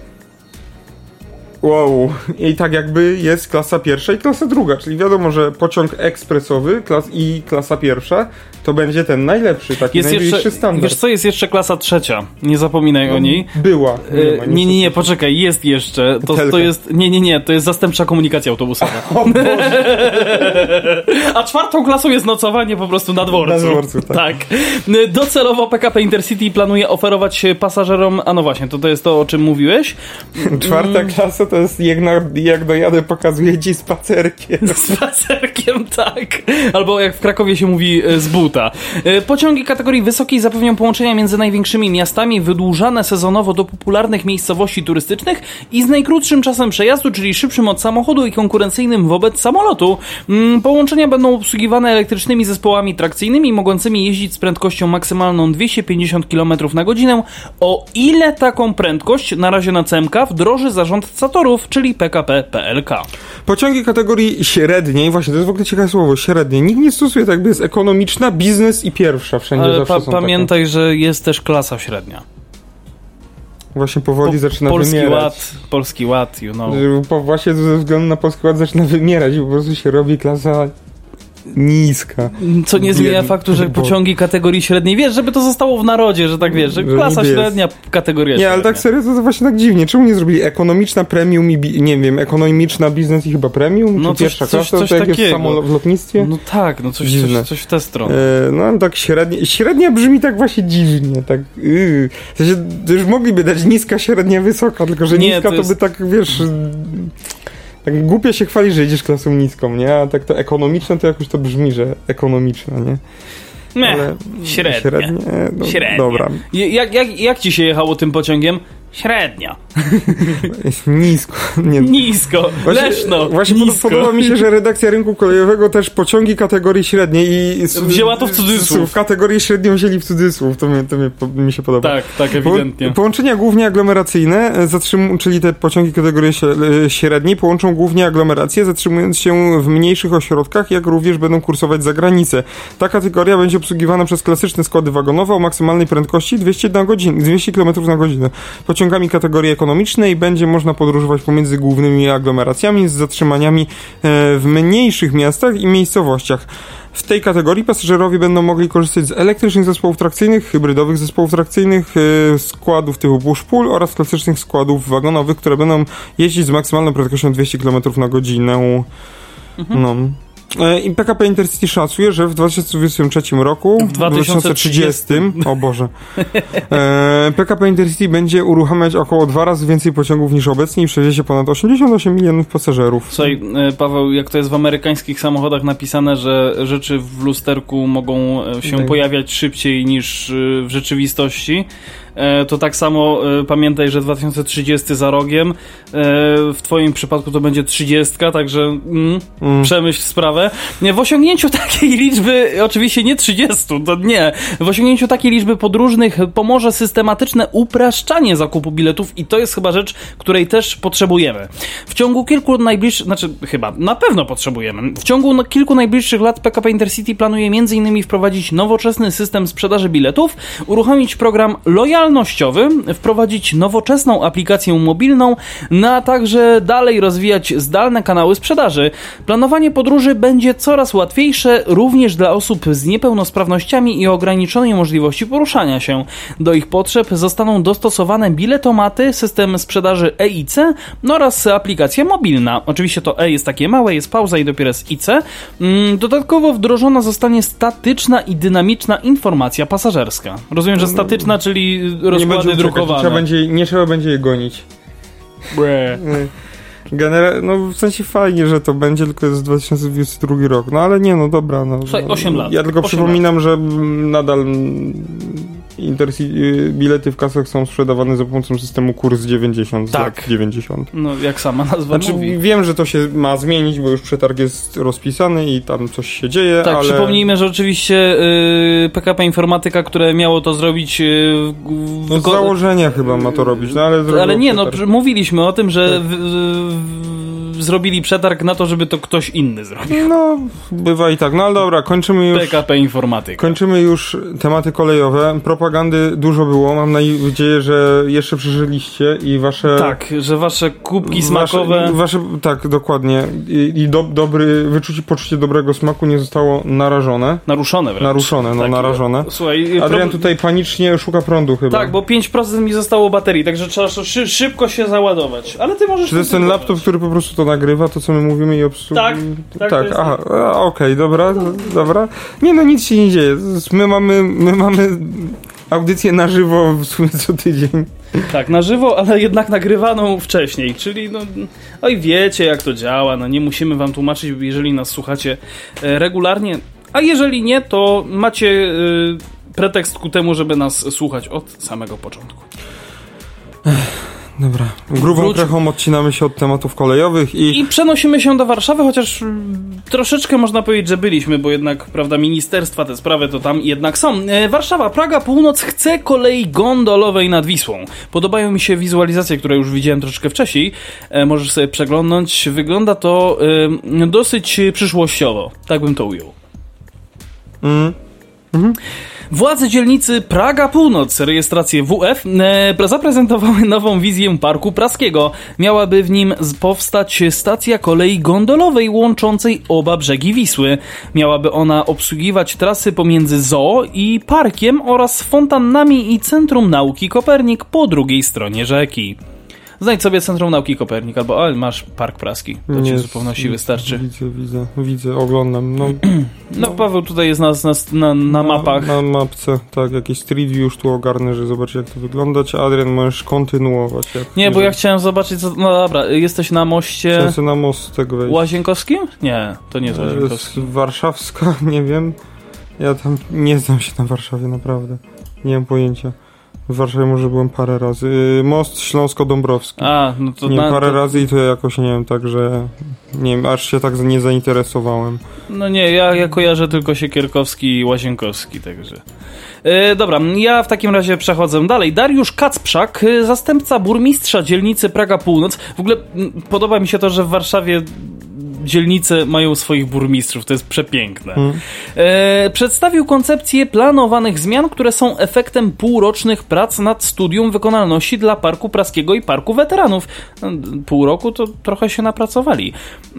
Wow. I tak jakby jest klasa pierwsza i klasa druga, czyli wiadomo, że pociąg ekspresowy klas i klasa pierwsza to będzie ten najlepszy, taki jest najwyższy jeszcze, standard. Wiesz co, jest jeszcze klasa trzecia, nie zapominaj no, o niej. Była. Nie, ma, nie, nie, nie, poczekaj, jest jeszcze. To, to jest, nie, nie, nie, to jest zastępcza komunikacja autobusowa. O Boże. A czwartą klasą jest nocowanie po prostu na dworcu. Na dworcu, tak. tak. Docelowo P K P Intercity planuje oferować pasażerom, a no właśnie, to, to jest to, o czym mówiłeś. Czwarta mm. klasa to jest jak, na, jak dojadę, pokazuje ci spacerkiem. Spacerkiem, tak. Albo jak w Krakowie się mówi, z buta. Pociągi kategorii wysokiej zapewnią połączenia między największymi miastami, wydłużane sezonowo do popularnych miejscowości turystycznych i z najkrótszym czasem przejazdu, czyli szybszym od samochodu i konkurencyjnym wobec samolotu. Połączenia będą obsługiwane elektrycznymi zespołami trakcyjnymi, mogącymi jeździć z prędkością maksymalną dwieście pięćdziesiąt kilometrów na godzinę. O ile taką prędkość na razie na C M K wdroży zarządca torów, czyli P K P P L K. Pociągi kategorii średniej, właśnie to jest w ogóle ciekawe słowo, średniej. Nikt nie stosuje, tak jakby jest ekonomiczna, biznes i pierwsza wszędzie. Ale zawsze pa- są pamiętaj, takie. że jest też klasa średnia. Właśnie powoli po, zaczyna Polski wymierać. Ład, Polski Ład, you know. Po, właśnie ze względu na Polski Ład zaczyna wymierać i po prostu się robi klasa niska. Co nie zmienia faktu, że pociągi kategorii średniej, wiesz, żeby to zostało w narodzie, że tak wiesz, że klasa średnia, kategoria nie, średnia. ale tak serio, to, to właśnie tak dziwnie. Czemu nie zrobili ekonomiczna, premium i, bi- nie wiem, ekonomiczna, biznes i chyba premium? No czy pierwsza coś, coś, klasa, coś tak jak takiego. jest samo w lotnictwie? No tak, no coś, coś, coś w tę stronę. E, no ale tak średnia, średnia brzmi tak właśnie dziwnie, tak yy. W sensie, to już mogliby dać niska, średnia, wysoka, tylko że nie, niska to, jest... to by tak, wiesz... Tak głupio się chwali, że idziesz klasą niską, nie? A tak to ekonomiczne to jakoś to brzmi, że ekonomiczna, nie? Nie, ale średnia. Średnie, no, średnia. Dobra. Jak, jak, jak ci się jechało tym pociągiem? Średnio. Jest nisko. Nie. Nisko. Właśnie, Leszno. Właśnie nisko. Podoba mi się, że redakcja rynku kolejowego też pociągi kategorii średniej i... Wzięła to w cudzysłów. W kategorii średnią wzięli w cudzysłów. To mi, to mi, mi się podoba. Tak, tak, ewidentnie. Po, połączenia głównie aglomeracyjne, zatrzym, czyli te pociągi kategorii średniej, połączą głównie aglomeracje, zatrzymując się w mniejszych ośrodkach, jak również będą kursować za granicę. Ta kategoria będzie obsługiwana przez klasyczne składy wagonowe o maksymalnej prędkości dwieście na godzinę, dwieście kilometrów na godzinę. Pociągami kategorii ekonomicznej będzie można podróżować pomiędzy głównymi aglomeracjami z zatrzymaniami w mniejszych miastach i miejscowościach. W tej kategorii pasażerowie będą mogli korzystać z elektrycznych zespołów trakcyjnych, hybrydowych zespołów trakcyjnych, składów typu push-pull oraz klasycznych składów wagonowych, które będą jeździć z maksymalną prędkością dwieście kilometrów na godzinę. Mhm. No. I P K P Intercity szacuje, że w dwa tysiące dwudziestym trzecim roku, w dwa tysiące trzydziestym, o Boże, e, P K P Intercity będzie uruchamiać około dwa razy więcej pociągów niż obecnie i przewiezie ponad osiemdziesiąt osiem milionów pasażerów. Słuchaj, Paweł, jak to jest w amerykańskich samochodach napisane, że rzeczy w lusterku mogą się tak. pojawiać szybciej niż w rzeczywistości, to tak samo pamiętaj, że dwa tysiące trzydziesty za rogiem. W twoim przypadku to będzie trzydziestka, także mm, mm. przemyśl sprawę. W osiągnięciu takiej liczby, oczywiście nie trzydziestu, to nie. W osiągnięciu takiej liczby podróżnych pomoże systematyczne upraszczanie zakupu biletów i to jest chyba rzecz, której też potrzebujemy. W ciągu kilku najbliższych, znaczy chyba, na pewno potrzebujemy. W ciągu kilku najbliższych lat P K P Intercity planuje między innymi wprowadzić nowoczesny system sprzedaży biletów, uruchomić program lojalnościowy, wprowadzić nowoczesną aplikację mobilną, no a także dalej rozwijać zdalne kanały sprzedaży. Planowanie podróży będzie coraz łatwiejsze również dla osób z niepełnosprawnościami i ograniczonej możliwości poruszania się. Do ich potrzeb zostaną dostosowane biletomaty, system sprzedaży E I C oraz aplikacja mobilna. Oczywiście to E jest takie małe, jest pauza i dopiero jest I C. Dodatkowo wdrożona zostanie statyczna i dynamiczna informacja pasażerska. Rozumiem, że statyczna, czyli rozkłady drukowane. Trzeba będzie, nie trzeba będzie je gonić. Bre. Genera- no w sensie fajnie, że to będzie, tylko jest dwa tysiące dwudziesty drugi rok. No ale nie, no dobra. No, Słuchaj, osiem lat. Ja tylko przypominam, lat. że nadal Intercity, bilety w kasach są sprzedawane za pomocą systemu kurs dziewięćdziesiąt. Tak. dziewięćdziesiąt. No jak sama nazwa znaczy, mówi. Wiem, że to się ma zmienić, bo już przetarg jest rozpisany i tam coś się dzieje, tak, ale... przypomnijmy, że oczywiście yy, P K P Informatyka, które miało to zrobić... Yy, no wyko- z założenia chyba ma to robić, no ale... Ale nie, przetarg. no mówiliśmy o tym, że... Tak. W, w, zrobili przetarg na to, żeby to ktoś inny zrobił. No, bywa i tak. No ale dobra, kończymy już... P K P Informatyka. Kończymy już tematy kolejowe. Propagandy dużo było. Mam nadzieję, że jeszcze przeżyliście i wasze... Tak, że wasze kubki smakowe... Wasze, wasze, tak, dokładnie. I, i do, dobry, wyczucie, poczucie dobrego smaku nie zostało narażone. Naruszone wręcz. Naruszone, no tak, narażone. Słuchaj... Adrian pro... tutaj panicznie szuka prądu chyba. Tak, bo pięć procent mi zostało baterii, także trzeba szy- szybko się załadować. Ale ty możesz... Czy to jest ten laptop, który po prostu to nagrywa, to co my mówimy i obsługuje? Tak, tak. Tak, aha, okej, okay, dobra, dobra. Nie no, nic się nie dzieje. My mamy, my mamy audycję na żywo w sumie co tydzień. Tak, na żywo, ale jednak nagrywaną wcześniej, czyli no, oj wiecie jak to działa, no nie musimy wam tłumaczyć, jeżeli nas słuchacie regularnie, a jeżeli nie, to macie y, pretekst ku temu, żeby nas słuchać od samego początku. Dobra, grubą Wróć... krechą odcinamy się od tematów kolejowych i... I przenosimy się do Warszawy, chociaż troszeczkę można powiedzieć, że byliśmy, bo jednak, prawda, ministerstwa, te sprawy to tam jednak są. E, Warszawa, Praga, Północ chce kolei gondolowej nad Wisłą. Podobają mi się wizualizacje, które już widziałem troszeczkę wcześniej. E, możesz sobie przeglądać. Wygląda to e, dosyć przyszłościowo. Tak bym to ujął. Mhm. Mhm. Władze dzielnicy Praga Północ, rejestrację W F, e, zaprezentowały nową wizję Parku Praskiego. Miałaby w nim powstać stacja kolei gondolowej łączącej oba brzegi Wisły. Miałaby ona obsługiwać trasy pomiędzy zoo i parkiem oraz fontannami i Centrum Nauki Kopernik po drugiej stronie rzeki. Znajdź sobie Centrum Nauki Kopernik, albo ale masz Park Praski. To nie, ci w zupełności wystarczy. Widzę, widzę, widzę, oglądam. No, no, no Paweł tutaj jest na, na, na, na mapach. Na, na mapce, tak, jakieś street view już tu ogarnę, że zobaczyć jak to wygląda. Adrian, możesz kontynuować. Jak nie, bo ja chciałem zobaczyć, co... No dobra, jesteś na moście... Chcę na mostek wejść. Łazienkowskim? Nie, to nie jest Łazienkowski. Jest warszawska, nie wiem. Ja tam nie znam się na Warszawie, naprawdę. Nie mam pojęcia. W Warszawie może byłem parę razy. Most Śląsko-Dąbrowski. A, no to... Nie na, parę to... razy i to jakoś, nie wiem, tak, że... Nie wiem, aż się tak nie zainteresowałem. No nie, ja, ja kojarzę tylko Siekierkowski i Łazienkowski, także... Yy, dobra, ja w takim razie przechodzę dalej. Dariusz Kacprzak, zastępca burmistrza dzielnicy Praga Północ. W ogóle m, podoba mi się to, że w Warszawie dzielnice mają swoich burmistrzów, to jest przepiękne. Hmm. E, przedstawił koncepcję planowanych zmian, które są efektem półrocznych prac nad studium wykonalności dla Parku Praskiego i Parku Weteranów. Pół roku to trochę się napracowali.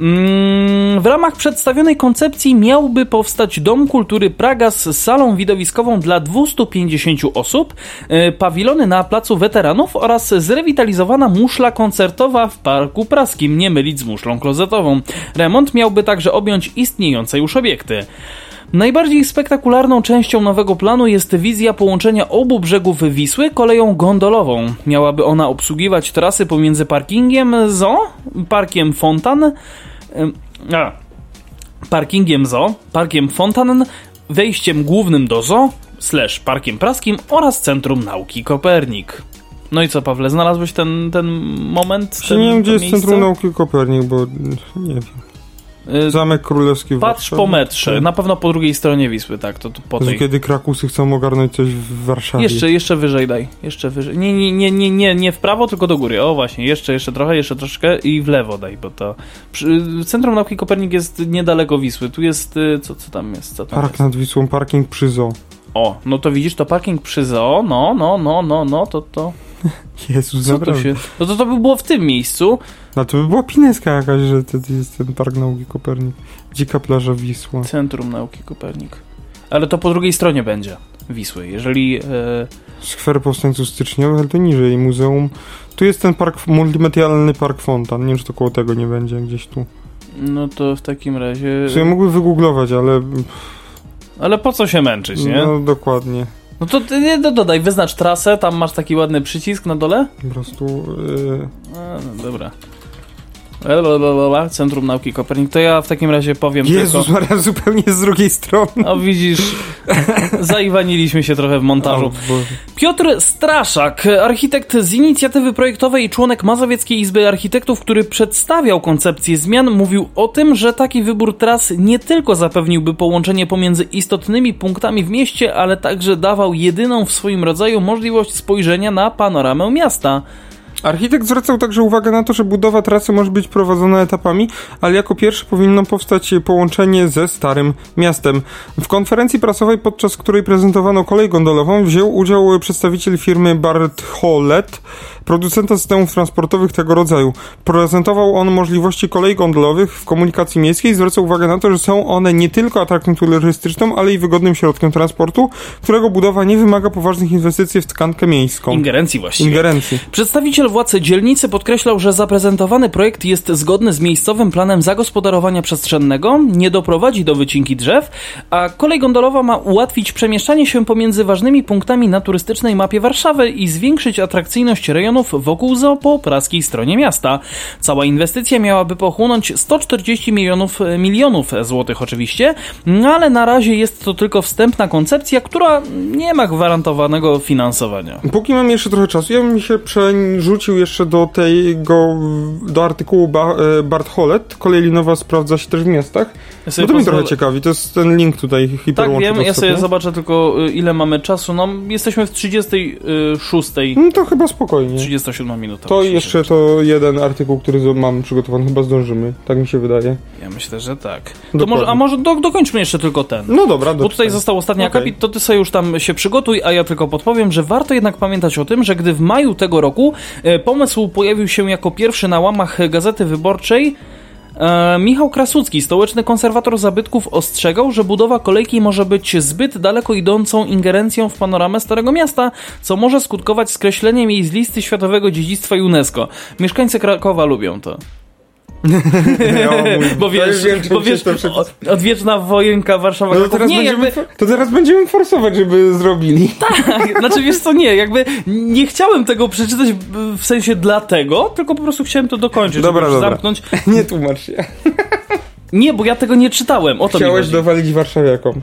Mm, w ramach przedstawionej koncepcji miałby powstać Dom Kultury Praga z salą widowiskową dla dwieście pięćdziesiąt osób, e, pawilony na Placu Weteranów oraz zrewitalizowana muszla koncertowa w Parku Praskim, nie mylić z muszlą klozetową. Remont miałby także objąć istniejące już obiekty. Najbardziej spektakularną częścią nowego planu jest wizja połączenia obu brzegów Wisły koleją gondolową. Miałaby ona obsługiwać trasy pomiędzy parkingiem Zoo, parkiem Fontan, a, parkingiem Zoo, parkiem Fontan, wejściem głównym do Zoo, slash Parkiem Praskim oraz Centrum Nauki Kopernik. No i co, Pawle, znalazłeś ten, ten moment? Ten, nie wiem, gdzie jest miejsce? Centrum Nauki Kopernik, bo nie wiem. Zamek Królewski w Patrz po metrze, na pewno po drugiej stronie Wisły, tak, to, to po tej. Kiedy Krakusy chcą ogarnąć coś w Warszawie. Jeszcze, jeszcze wyżej daj, jeszcze wyżej. Nie, nie, nie, nie, nie, nie w prawo, tylko do góry. O właśnie, jeszcze, jeszcze trochę, jeszcze troszkę i w lewo daj, bo to... Przy, Centrum Nauki Kopernik jest niedaleko Wisły, tu jest, co, co tam jest? Co tam Park jest? nad Wisłą, parking przy zoo. O, no to widzisz, to parking przy zoo, no, no, no, no, no, to to... Jezus, Co to się... No to to by było w tym miejscu. No to by była pineska jakaś, że to jest ten Park Nauki Kopernik. Dzika plaża Wisła. Centrum Nauki Kopernik. Ale to po drugiej stronie będzie Wisły, jeżeli... E... Skwer Powstańców Styczniowych, ale to niżej, muzeum. Tu jest ten park, multimedialny park Fontan. Nie wiem, czy to koło tego nie będzie, gdzieś tu. No to w takim razie... Sobie mógłby wygooglować, ale... Ale po co się męczyć, nie? No, dokładnie. No to ty nie do, dodaj, wyznacz trasę, tam masz taki ładny przycisk na dole. Po prostu... Yy... A, no dobra. Centrum Nauki Kopernik. To ja w takim razie powiem Jezus tylko... Maria, zupełnie z drugiej strony. No widzisz, zaiwaniliśmy się trochę w montażu. Piotr Straszak, architekt z inicjatywy projektowej i członek Mazowieckiej Izby Architektów, który przedstawiał koncepcję zmian, mówił o tym, że taki wybór tras nie tylko zapewniłby połączenie pomiędzy istotnymi punktami w mieście, ale także dawał jedyną w swoim rodzaju możliwość spojrzenia na panoramę miasta. Architekt zwracał także uwagę na to, że budowa trasy może być prowadzona etapami, ale jako pierwsze powinno powstać połączenie ze Starym Miastem. W konferencji prasowej, podczas której prezentowano kolej gondolową, wziął udział przedstawiciel firmy Barthollet, producenta systemów transportowych tego rodzaju. Prezentował on możliwości kolei gondolowych w komunikacji miejskiej i zwracał uwagę na to, że są one nie tylko atrakcją turystyczną, ale i wygodnym środkiem transportu, którego budowa nie wymaga poważnych inwestycji w tkankę miejską. Ingerencji właściwie. Ingerencji. Przedstawiciel władz dzielnicy podkreślał, że zaprezentowany projekt jest zgodny z miejscowym planem zagospodarowania przestrzennego, nie doprowadzi do wycinki drzew, a kolej gondolowa ma ułatwić przemieszczanie się pomiędzy ważnymi punktami na turystycznej mapie Warszawy i zwiększyć atrakcyjność rejonów wokół zoo po praskiej stronie miasta. Cała inwestycja miałaby pochłonąć sto czterdzieści milionów, milionów złotych oczywiście, no ale na razie jest to tylko wstępna koncepcja, która nie ma gwarantowanego finansowania. Póki mam jeszcze trochę czasu, ja bym się przerzucił jeszcze do tego, do artykułu ba- Barthollet. Kolej linowa sprawdza się też w miastach. Ja bo to mnie trochę ciekawi, to jest ten link tutaj hiperłącz. Tak wiem, ja sobie zobaczę tylko ile mamy czasu. No jesteśmy w trzydziestej szóstej. No to chyba spokojnie. trzydziesta siódma minuta. To jeszcze to jeden artykuł, który mam przygotowany, chyba zdążymy. Tak mi się wydaje. Ja myślę, że tak. To może, a może do, dokończmy jeszcze tylko ten. No dobra. Bo tutaj został ostatni okay. akapit, to ty sobie już tam się przygotuj, a ja tylko podpowiem, że warto jednak pamiętać o tym, że gdy w maju tego roku e, pomysł pojawił się jako pierwszy na łamach Gazety Wyborczej, e, Michał Krasucki, stołeczny konserwator zabytków, ostrzegał, że budowa kolejki może być zbyt daleko idącą ingerencją w panoramę Starego Miasta, co może skutkować skreśleniem jej z listy Światowego Dziedzictwa UNESCO. Mieszkańcy Krakowa lubią to. O, mój, bo wiesz, wiem, bo wiesz to odwieczna wojenka Warszawa. No to, teraz nie, jakby... to teraz będziemy forsować, żeby zrobili. Tak, znaczy wiesz co, nie, jakby nie chciałem tego przeczytać w sensie dlatego, tylko po prostu chciałem to dokończyć, dobra, żeby dobra. zamknąć. Nie tłumacz się. Nie, bo ja tego nie czytałem, o to Chciałeś mi chodzi. dowalić warszawiakom.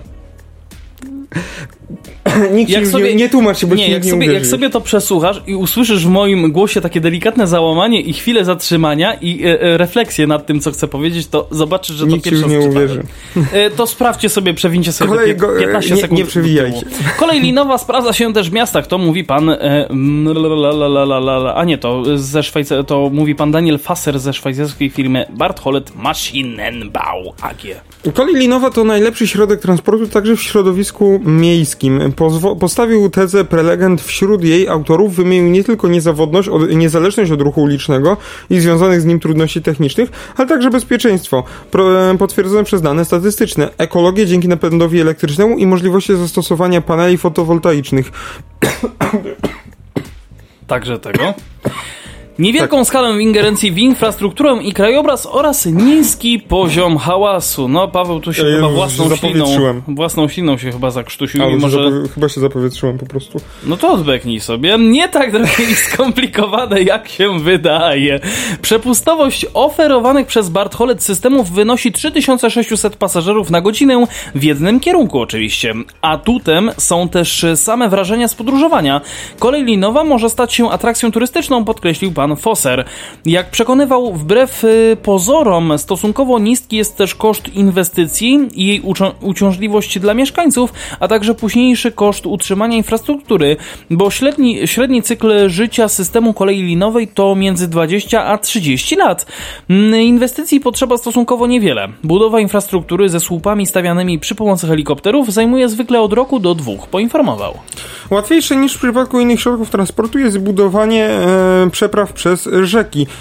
Nikt jak sobie, nie, nie tłumacz się, bo nie, ci jak nie sobie, uwierzy. jak sobie to przesłuchasz i usłyszysz w moim głosie takie delikatne załamanie i chwilę zatrzymania i e, e, refleksję nad tym, co chcę powiedzieć, to zobaczysz, że nikt to pierwszy nie uwierzy. E, to sprawdźcie sobie, przewincie sobie Kolej, te piętnaście nie, sekund. Nie przewijajcie. Kolej linowa sprawdza się też w miastach, to mówi pan e, lalalala, a nie, to ze Szwajcarii, to mówi pan Daniel Fasser ze szwajcarskiej firmy Barthollet Maschinenbau A G. Kolej linowa to najlepszy środek transportu także w środowisku miejskim. Pozwo- postawił tezę prelegent, wśród jej autorów wymienił nie tylko niezawodność, od, niezależność od ruchu ulicznego i związanych z nim trudności technicznych, ale także bezpieczeństwo, pro, potwierdzone przez dane statystyczne, ekologię dzięki napędowi elektrycznemu i możliwości zastosowania paneli fotowoltaicznych. Także tego. Niewielką tak. skalę ingerencji w infrastrukturę i krajobraz oraz niski poziom hałasu. No, Paweł tu się ja chyba własną śliną, własną śliną się chyba zakrztusił. Ale może... zapowie- chyba się zapowietrzyłem po prostu. No to odbeknij sobie. Nie tak drogie i skomplikowane, jak się wydaje. Przepustowość oferowanych przez Barthollet systemów wynosi trzy tysiące sześćset pasażerów na godzinę w jednym kierunku oczywiście. Atutem są też same wrażenia z podróżowania. Kolej linowa może stać się atrakcją turystyczną, podkreślił pan Fosser. Jak przekonywał, wbrew y, pozorom stosunkowo niski jest też koszt inwestycji i jej uczą- uciążliwość dla mieszkańców, a także późniejszy koszt utrzymania infrastruktury, bo średni, średni cykl życia systemu kolei linowej to między dwadzieścia a trzydzieści lat. Inwestycji potrzeba stosunkowo niewiele. Budowa infrastruktury ze słupami stawianymi przy pomocy helikopterów zajmuje zwykle od roku do dwóch, poinformował. Łatwiejsze niż w przypadku innych środków transportu jest budowanie e, przepraw przez rzeki. E,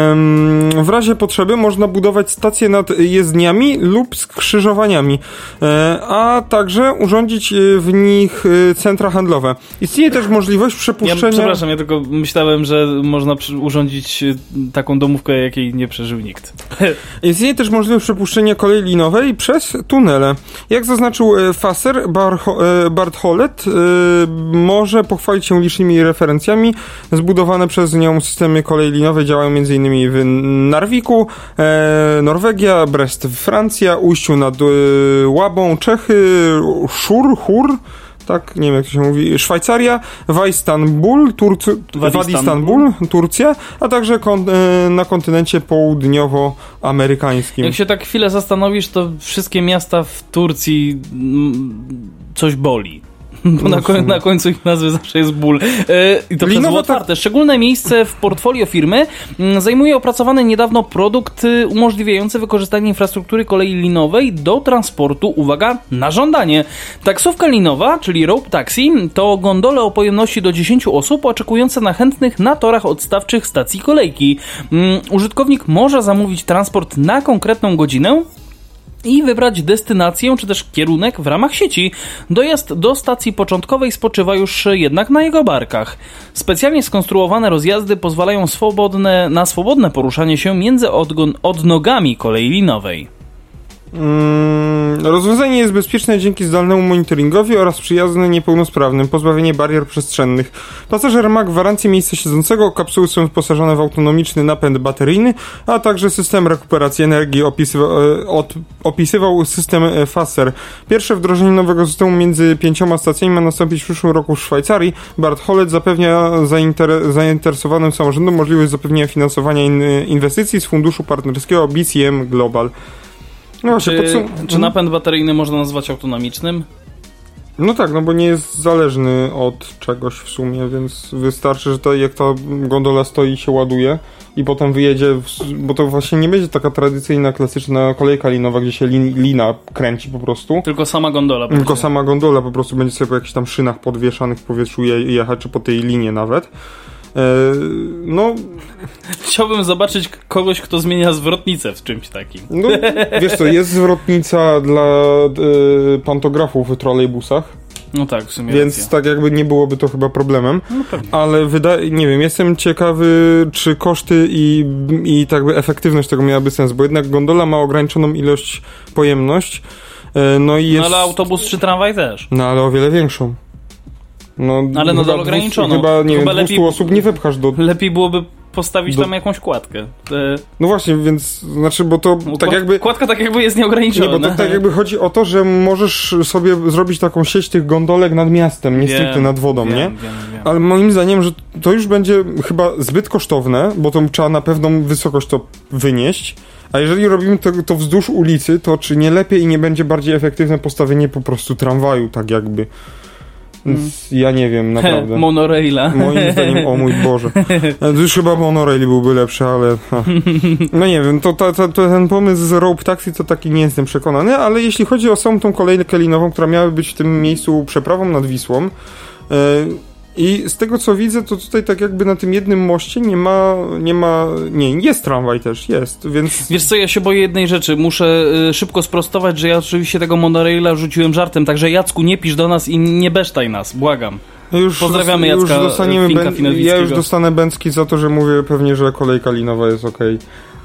w razie potrzeby można budować stacje nad jezdniami lub skrzyżowaniami, e, a także urządzić w nich centra handlowe. Istnieje też możliwość przepuszczenia... Ja, przepraszam, ja tylko myślałem, że można urządzić taką domówkę, jakiej nie przeżył nikt. Istnieje też możliwość przepuszczenia kolei linowej przez tunele. Jak zaznaczył Fosser, Barthollet może pochwalić się licznymi referencjami. Zbudowane przez nią systemy kolei linowej działają m.in. w Narwiku, e, Norwegia, Brest, Francja, Ujściu nad e, Łabą, Czechy, Szur, Chur, tak, nie wiem jak to się mówi, Szwajcaria, w Istanbul, Turcy, w Istanbul, Turcja, a także kon, e, na kontynencie południowoamerykańskim. Jak się tak chwilę zastanowisz, to wszystkie miasta w Turcji m, coś boli. Bo na, koń, na końcu ich nazwy zawsze jest ból. Yy, I to przez otwarte. Szczególne miejsce w portfolio firmy yy, zajmuje opracowany niedawno produkt yy, umożliwiający wykorzystanie infrastruktury kolei linowej do transportu, uwaga, na żądanie. Taksówka linowa, czyli rope taxi, to gondole o pojemności do dziesięciu osób oczekujące na chętnych na torach odstawczych stacji kolejki. Yy, użytkownik może zamówić transport na konkretną godzinę i wybrać destynację czy też kierunek w ramach sieci. Dojazd do stacji początkowej spoczywa już jednak na jego barkach. Specjalnie skonstruowane rozjazdy pozwalają swobodne, na swobodne poruszanie się między odgon- odnogami kolei linowej. Hmm, rozwiązanie jest bezpieczne dzięki zdalnemu monitoringowi oraz przyjazne niepełnosprawnym, pozbawienie barier przestrzennych. Pasażer ma gwarancję miejsca siedzącego, kapsuły są wyposażone w autonomiczny napęd bateryjny, a także system rekuperacji energii, opisywa, od, opisywał system Fosser. Pierwsze wdrożenie nowego systemu między pięcioma stacjami ma nastąpić w przyszłym roku w Szwajcarii. Barthollet zapewnia zainter, zainteresowanym samorządom możliwość zapewnienia finansowania in, inwestycji z funduszu partnerskiego B C M Global. No właśnie, czy, podsum- czy napęd bateryjny można nazwać autonomicznym? No tak, no bo nie jest zależny od czegoś w sumie, więc wystarczy, że to, jak ta gondola stoi i się ładuje i potem wyjedzie, w, bo to właśnie nie będzie taka tradycyjna, klasyczna kolejka linowa, gdzie się lin, lina kręci po prostu. Tylko sama gondola. Tylko sama gondola po prostu będzie sobie po jakichś tam szynach podwieszanych w powietrzu je, jechać, czy po tej linie nawet. No. Chciałbym zobaczyć kogoś, kto zmienia zwrotnicę w czymś takim. No, wiesz co, jest zwrotnica dla y, pantografów w trolejbusach. No tak, w sumie. Więc racja. Tak jakby nie byłoby to chyba problemem. No ale wydaje, nie wiem, jestem ciekawy, czy koszty i, i tak by efektywność tego miałaby sens, bo jednak gondola ma ograniczoną ilość, pojemność. No, i jest... no ale autobus czy tramwaj też. No ale o wiele większą. No, ale nadal ograniczoną. Chyba, nie chyba wiem, dwieście osób nie wypchasz do... Lepiej byłoby postawić do... tam jakąś kładkę. Te... No właśnie, więc, znaczy, bo to no, tak jakby... Kładka tak jakby jest nieograniczona. Nie, bo to tak jakby chodzi o to, że możesz sobie zrobić taką sieć tych gondolek nad miastem, nie stricte nad wodą, wiem, nie? Wiem, wiem. Ale moim zdaniem, że to już będzie chyba zbyt kosztowne, bo to trzeba na pewną wysokość to wynieść. A jeżeli robimy to, to wzdłuż ulicy, to czy nie lepiej i nie będzie bardziej efektywne postawienie po prostu tramwaju, tak jakby... Więc ja nie wiem, naprawdę. Monoraila. Moim zdaniem, o mój Boże. To już chyba monorail byłby lepszy, ale... Ha. No nie wiem, to, to, to, to ten pomysł z rope taxi to taki nie jestem przekonany, ale jeśli chodzi o samą tą kolejkę linową, która miała być w tym miejscu przeprawą nad Wisłą, yy, i z tego co widzę, to tutaj tak jakby na tym jednym moście nie ma, nie ma, nie, jest tramwaj też, jest, więc... Wiesz co, ja się boję jednej rzeczy, muszę y, szybko sprostować, że ja oczywiście tego monoraila rzuciłem żartem, także Jacku, nie pisz do nas i nie besztaj nas, błagam. Już, Pozdrawiamy Jacka już dostaniemy Finka ben, Ja już dostanę bęcki za to, że mówię pewnie, że kolejka linowa jest okej.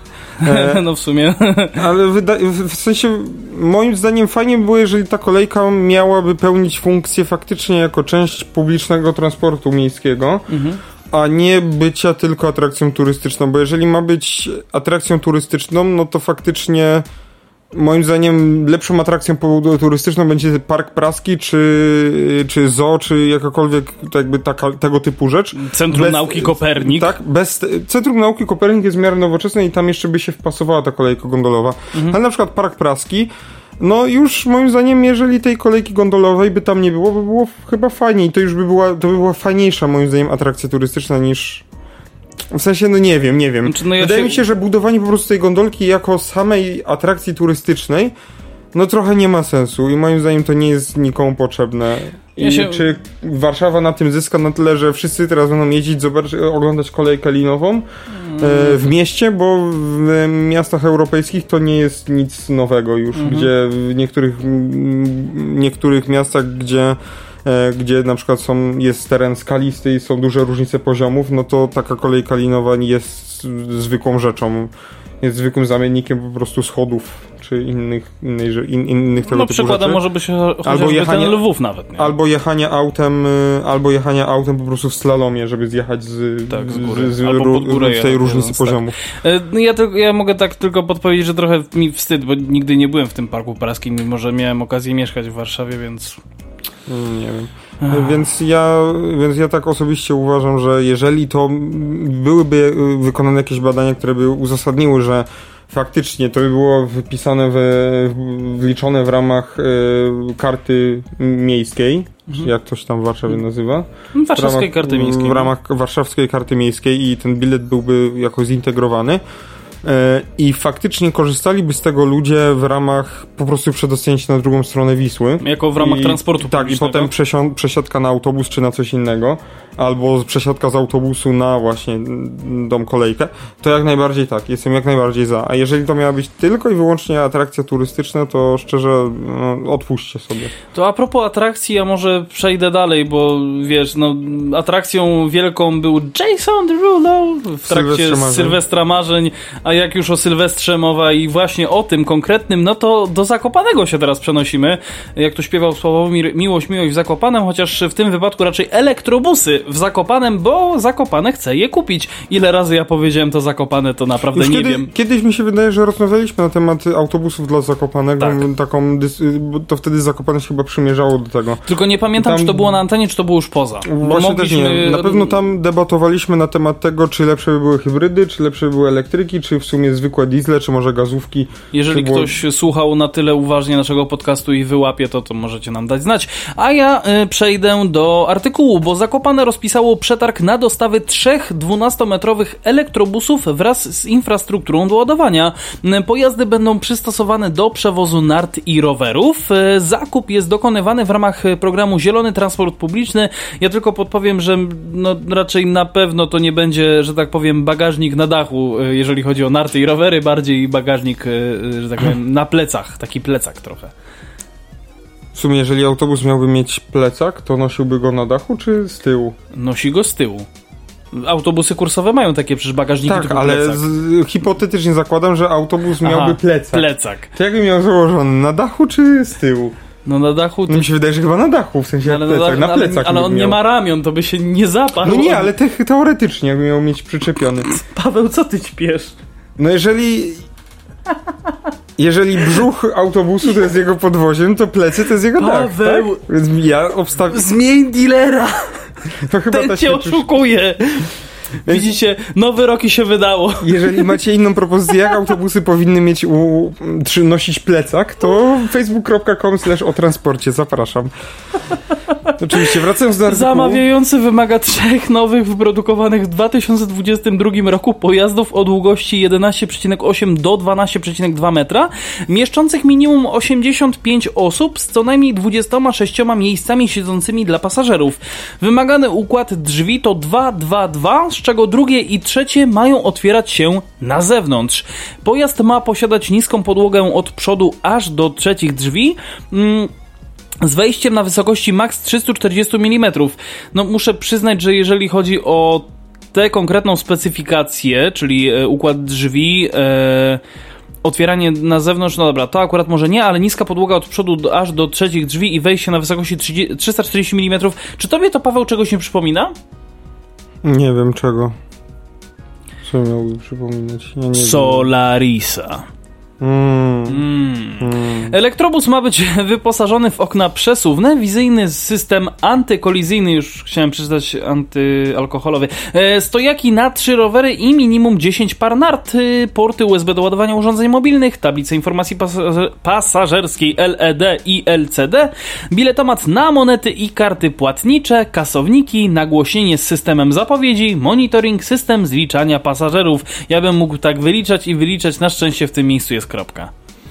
E, no w sumie. Ale wyda- w sensie, moim zdaniem fajnie by było, jeżeli ta kolejka miałaby pełnić funkcję faktycznie jako część publicznego transportu miejskiego, mhm. a nie bycia tylko atrakcją turystyczną, bo jeżeli ma być atrakcją turystyczną, no to faktycznie moim zdaniem lepszą atrakcją turystyczną będzie Park Praski, czy, czy zoo, czy jakakolwiek jakby taka, tego typu rzecz. Centrum bez, Nauki Kopernik. Tak, bez, Centrum Nauki Kopernik jest w miarę nowoczesne i tam jeszcze by się wpasowała ta kolejka gondolowa. Mhm. Ale na przykład Park Praski, no już moim zdaniem, jeżeli tej kolejki gondolowej by tam nie było, by było chyba fajniej. To już by była, to by była fajniejsza moim zdaniem atrakcja turystyczna niż... W sensie, no nie wiem, nie wiem. Znaczy, no ja Wydaje się... mi się, że budowanie po prostu tej gondolki jako samej atrakcji turystycznej no trochę nie ma sensu i moim zdaniem to nie jest nikomu potrzebne. I ja się... czy Warszawa na tym zyska na tyle, że wszyscy teraz będą jeździć, zobacz, oglądać kolejkę linową mm. e, w mieście, bo w miastach europejskich to nie jest nic nowego już, mm-hmm. gdzie w niektórych, niektórych miastach, gdzie gdzie na przykład są, jest teren skalisty i są duże różnice poziomów, no to taka kolejka linowa jest zwykłą rzeczą. Jest zwykłym zamiennikiem po prostu schodów, czy innych, innej, in, innych tego no, typu przykładem rzeczy. może by się albo jechanie, ten Lwów nawet. Nie? Albo jechanie autem, albo jechanie autem po prostu w slalomie, żeby zjechać z, tak, z góry. Z, z, ru, górę, z tej różnicy poziomów. Tak. Ja, to, ja mogę tak tylko podpowiedzieć, że trochę mi wstyd, bo nigdy nie byłem w tym Parku Praskim, mimo że miałem okazję mieszkać w Warszawie, więc... Nie wiem. Więc ja, więc ja tak osobiście uważam, że jeżeli to byłyby wykonane jakieś badania, które by uzasadniły, że faktycznie to by było wypisane, w, wliczone w ramach y, karty miejskiej, mhm. jak to się tam w Warszawie nazywa. Warszawskiej w ramach, karty miejskiej. W ramach warszawskiej karty miejskiej i ten bilet byłby jakoś zintegrowany. I faktycznie korzystaliby z tego ludzie w ramach po prostu przedostania się na drugą stronę Wisły. Jako w ramach I, transportu tak, i potem przesi- przesiadka na autobus czy na coś innego, albo przesiadka z autobusu na właśnie dom kolejkę, to jak najbardziej tak, jestem jak najbardziej za. A jeżeli to miała być tylko i wyłącznie atrakcja turystyczna, to szczerze no, odpuśćcie sobie. To a propos atrakcji, ja może przejdę dalej, bo wiesz, no atrakcją wielką był Jason Derulo w trakcie Sylwestra Marzeń, a jak już o Sylwestrze mowa i właśnie o tym konkretnym, no to do Zakopanego się teraz przenosimy. Jak to śpiewał Sławomir, miłość, miłość w Zakopanem, chociaż w tym wypadku raczej elektrobusy w Zakopanem, bo Zakopane chce je kupić. Ile razy ja powiedziałem to Zakopane, to naprawdę już nie kiedy, wiem. Kiedyś mi się wydaje, że rozmawialiśmy na temat autobusów dla Zakopanego, tak. taką, to wtedy Zakopane się chyba przymierzało do tego. Tylko nie pamiętam, tam, czy to było na antenie, czy to było już poza. Właśnie mogliśmy... też nie. Na pewno tam debatowaliśmy na temat tego, czy lepsze by były hybrydy, czy lepsze by były elektryki, czy w sumie zwykłe diesle, czy może gazówki. Jeżeli było... ktoś słuchał na tyle uważnie naszego podcastu i wyłapie to, to możecie nam dać znać. A ja y, przejdę do artykułu, bo Zakopane rozpisało przetarg na dostawy trzech dwunastometrowych elektrobusów wraz z infrastrukturą do ładowania. Pojazdy będą przystosowane do przewozu nart i rowerów. Zakup jest dokonywany w ramach programu Zielony Transport Publiczny. Ja tylko podpowiem, że no, raczej na pewno to nie będzie, że tak powiem, bagażnik na dachu, jeżeli chodzi o narty i rowery, bardziej bagażnik, że tak powiem, na plecach, taki plecak trochę. W sumie, jeżeli autobus miałby mieć plecak, to nosiłby go na dachu, czy z tyłu? Nosi go z tyłu. Autobusy kursowe mają takie przecież bagażniki. Tak, ale z, hipotetycznie zakładam, że autobus miałby Aha, plecak. plecak. To jakby miał założony? Na dachu, czy z tyłu? No na dachu... To... No mi się wydaje, że chyba na dachu, w sensie ale plecak, na, na plecach. Ale, ale on miał. nie ma ramion, to by się nie zaparł. No nie, ale te, teoretycznie jakby miał mieć przyczepiony. Paweł, co ty ćpiesz? No jeżeli... Jeżeli brzuch autobusu to jest jego podwoziem, to plecy to jest jego Paweł, dach, tak? Więc ja obstawiam... Zmień dealera! To chyba ten cię oszukuje! Widzicie, nowy rok i się wydało. Jeżeli macie inną propozycję, jak autobusy powinny mieć u, czy nosić plecak, to facebook kropka com slash o transporcie. Zapraszam. Oczywiście, wracając do artykułu. Zamawiający wymaga trzech nowych wyprodukowanych w dwa tysiące dwudziestym drugim roku pojazdów o długości jedenaście przecinek osiem do dwanaście przecinek dwa metra, mieszczących minimum osiemdziesiąt pięć osób z co najmniej dwudziestoma sześcioma miejscami siedzącymi dla pasażerów. Wymagany układ drzwi to dwa dwa dwa, z czego drugie i trzecie mają otwierać się na zewnątrz. Pojazd ma posiadać niską podłogę od przodu aż do trzecich drzwi. Mm, z wejściem na wysokości maks trzysta czterdzieści milimetrów. No muszę przyznać, że jeżeli chodzi o tę konkretną specyfikację, czyli e, układ drzwi, e, otwieranie na zewnątrz, no dobra, to akurat może nie, ale niska podłoga od przodu do, aż do trzecich drzwi i wejście na wysokości trzysta czterdzieści milimetrów. Czy tobie to, Paweł, czegoś nie przypomina? Nie wiem czego. Co miałby przypominać? Ja nie Solarisa. wiem. Mm. Mm. Mm. Elektrobus ma być wyposażony w okna przesuwne, wizyjny system antykolizyjny, już chciałem przeczytać antyalkoholowy, e, stojaki na trzy rowery i minimum dziesięć par nart, porty U S B do ładowania urządzeń mobilnych, tablice informacji pasażer- pasażerskiej L E D i L C D, biletomat na monety i karty płatnicze, kasowniki, nagłośnienie z systemem zapowiedzi, monitoring, system zliczania pasażerów. Ja bym mógł tak wyliczać i wyliczać, na szczęście w tym miejscu jest kropka.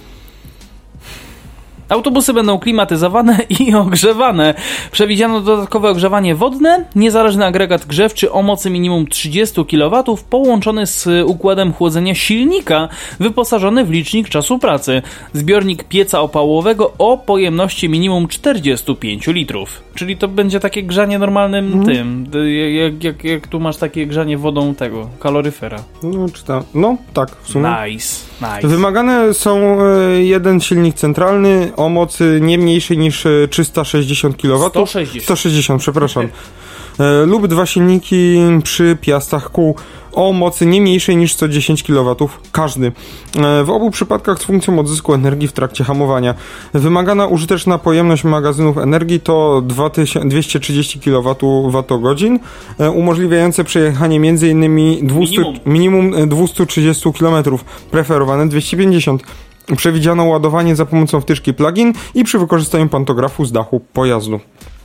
Autobusy będą klimatyzowane i ogrzewane. Przewidziano dodatkowe ogrzewanie wodne, niezależny agregat grzewczy o mocy minimum trzydzieści kilowatów połączony z układem chłodzenia silnika wyposażony w licznik czasu pracy. Zbiornik pieca opałowego o pojemności minimum czterdzieści pięć litrów. Czyli to będzie takie grzanie normalnym mm. tym. Jak, jak, jak tu masz takie grzanie wodą tego, kaloryfera. No, czy tam. No, tak, w sumie. Nice, nice. Wymagane są jeden silnik centralny o mocy nie mniejszej niż trzysta sześćdziesiąt kilowatów. sto sześćdziesiąt. sto sześćdziesiąt, przepraszam. Okay. Lub dwa silniki przy piastach kół o mocy nie mniejszej niż sto dziesięć kilowatów każdy. W obu przypadkach z funkcją odzysku energii w trakcie hamowania. Wymagana użyteczna pojemność magazynów energii to dwieście trzydzieści kilowatogodzin, umożliwiające przejechanie m.in. dwieście, minimum. minimum dwieście trzydzieści kilometrów, preferowane dwieście pięćdziesiąt. Przewidziano ładowanie za pomocą wtyczki plug-in i przy wykorzystaniu pantografu z dachu pojazdu.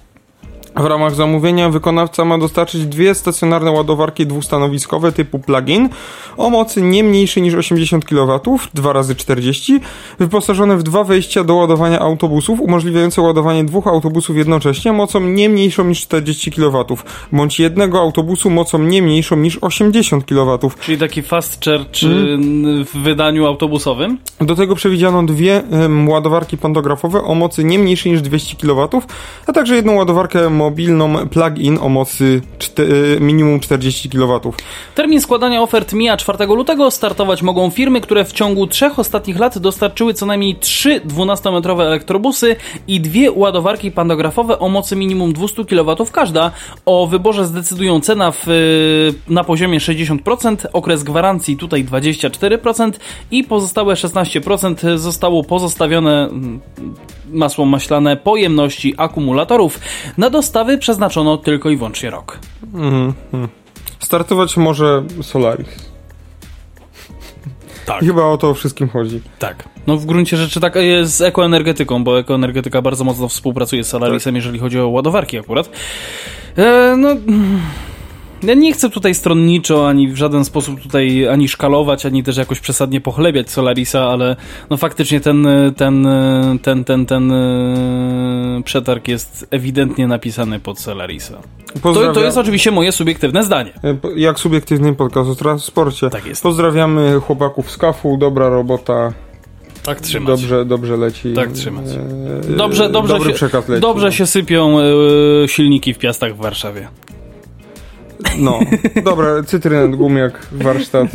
W ramach zamówienia wykonawca ma dostarczyć dwie stacjonarne ładowarki dwustanowiskowe typu plug-in o mocy nie mniejszej niż osiemdziesiąt kilowatów, dwa razy czterdzieści, wyposażone w dwa wejścia do ładowania autobusów, umożliwiające ładowanie dwóch autobusów jednocześnie mocą nie mniejszą niż czterdzieści kilowatów, bądź jednego autobusu mocą nie mniejszą niż osiemdziesiąt kilowatów. Czyli taki fast charge mm. w wydaniu autobusowym? Do tego przewidziano dwie um, ładowarki pantografowe o mocy nie mniejszej niż dwieście kilowatów, a także jedną ładowarkę mobilną plug-in o mocy czty, minimum czterdzieści kilowatów. Termin składania ofert mija czwartego lutego. Startować mogą firmy, które w ciągu trzech ostatnich lat dostarczyły co najmniej trzy dwunastometrowe elektrobusy i dwie ładowarki pantografowe o mocy minimum dwieście kilowatów każda. O wyborze zdecydują cena w, na poziomie sześćdziesiąt procent, okres gwarancji tutaj dwadzieścia cztery procent i pozostałe szesnaście procent zostało pozostawione masło maślane pojemności akumulatorów. Na dostawy przeznaczono tylko i wyłącznie rok. Mm-hmm. Startować może Solaris. Tak. I chyba o to wszystkim chodzi. Tak. No w gruncie rzeczy tak jest z ekoenergetyką, bo ekoenergetyka bardzo mocno współpracuje z Solarisem, tak, jeżeli chodzi o ładowarki akurat. E, no... Ja nie chcę tutaj stronniczo, ani w żaden sposób tutaj ani szkalować, ani też jakoś przesadnie pochlebiać Solarisa, ale no faktycznie ten ten, ten, ten, ten przetarg jest ewidentnie napisany pod Solarisa. To, to jest oczywiście moje subiektywne zdanie. Jak subiektywny podcast o transporcie. Tak jest. Pozdrawiamy chłopaków z kafu, dobra robota. Tak trzymać. Dobrze, dobrze leci. Tak trzymać. Dobrze, dobrze, Dobry się, przekaz leci. dobrze się sypią y, silniki w Piastach w Warszawie. No, dobra, cytrynę, gumiak, warsztat.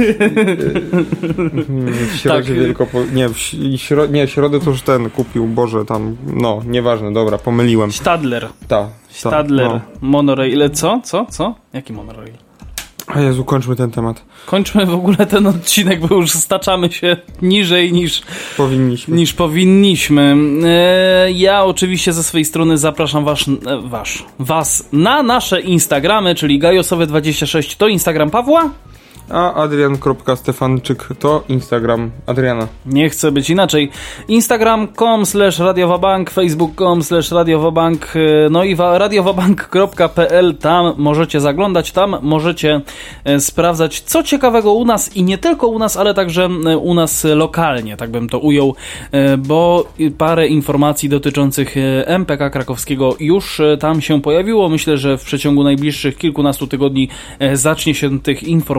W Środzie tak. Wielkopo... Nie, w śro... nie, Środę to już ten kupił, Boże, tam, no, nieważne, dobra, pomyliłem. Stadler. Ta. Stadler, no. Monorail, co? Co? Co? Jaki monorail? A Jezu, kończmy ten temat. Kończmy w ogóle ten odcinek, bo już staczamy się niżej niż powinniśmy. Niż powinniśmy. E, ja oczywiście ze swojej strony zapraszam was, e, wasz, was na nasze Instagramy, czyli gajosowe dwadzieścia sześć to Instagram Pawła. A adrian kropka stefanczyk to Instagram Adriana. Nie chcę być inaczej. Instagram kropka com slash radiowabank, Facebook kropka com slash radiowabank, no i radiowabank kropka p l. Tam możecie zaglądać, tam możecie sprawdzać, co ciekawego u nas i nie tylko u nas, ale także u nas lokalnie, tak bym to ujął, bo parę informacji dotyczących M P K krakowskiego już tam się pojawiło. Myślę, że w przeciągu najbliższych kilkunastu tygodni zacznie się tych informacji pojawiać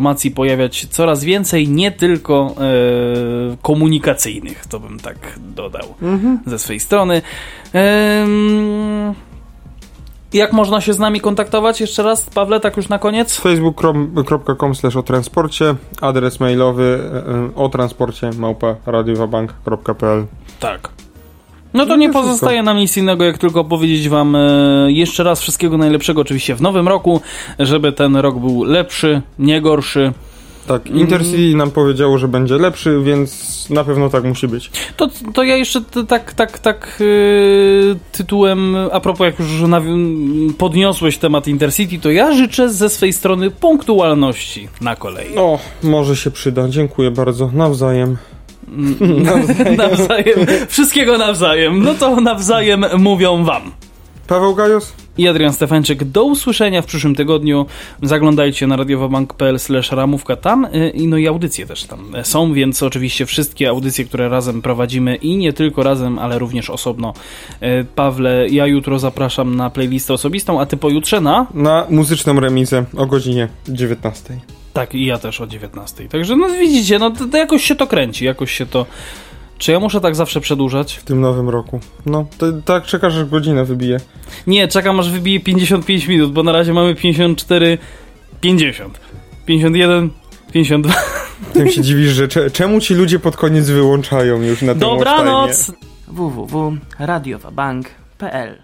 pojawiać coraz więcej, nie tylko e, komunikacyjnych, to bym tak dodał mhm. ze swojej strony. Ehm... Jak można się z nami kontaktować? Jeszcze raz, Pawle, tak już na koniec? facebook kropka com slash o transporcie, adres mailowy o transporcie małpa radiowabank kropka p l. Tak. No to nie pozostaje nam nic innego, jak tylko powiedzieć wam jeszcze raz wszystkiego najlepszego, oczywiście w nowym roku, żeby ten rok był lepszy, nie gorszy. Tak, Intercity nam powiedziało, że będzie lepszy, więc na pewno tak musi być. To, to ja jeszcze t- tak, tak, tak yy, tytułem, a propos jak już nawi- podniosłeś temat Intercity, to ja życzę ze swej strony punktualności na kolei. O, może się przyda, dziękuję bardzo, nawzajem. nawzajem. nawzajem. Wszystkiego nawzajem. No to nawzajem mówią wam Paweł Gajos i Adrian Stefańczyk. Do usłyszenia w przyszłym tygodniu. Zaglądajcie na radiowabank kropka p l slash ramówka tam i no i audycje też tam są, więc oczywiście wszystkie audycje, które razem prowadzimy i nie tylko razem, ale również osobno. Pawle, ja jutro zapraszam na playlistę osobistą, a ty pojutrze na? Na muzyczną remizę o godzinie dziewiętnastej. Tak, i ja też o dziewiętnastej. Także no widzicie, no to, to jakoś się to kręci, jakoś się to... Czy ja muszę tak zawsze przedłużać? W tym nowym roku. No, to, tak czekasz, że godzinę wybije. Nie, czekam aż wybije pięćdziesiąt pięć minut, bo na razie mamy pięćdziesiąt cztery, pięćdziesiąt, pięćdziesiąt jeden, pięćdziesiąt dwa. Tym się dziwisz, że cze- czemu ci ludzie pod koniec wyłączają już na tym Dobranoc! w w w kropka radiowabank kropka p l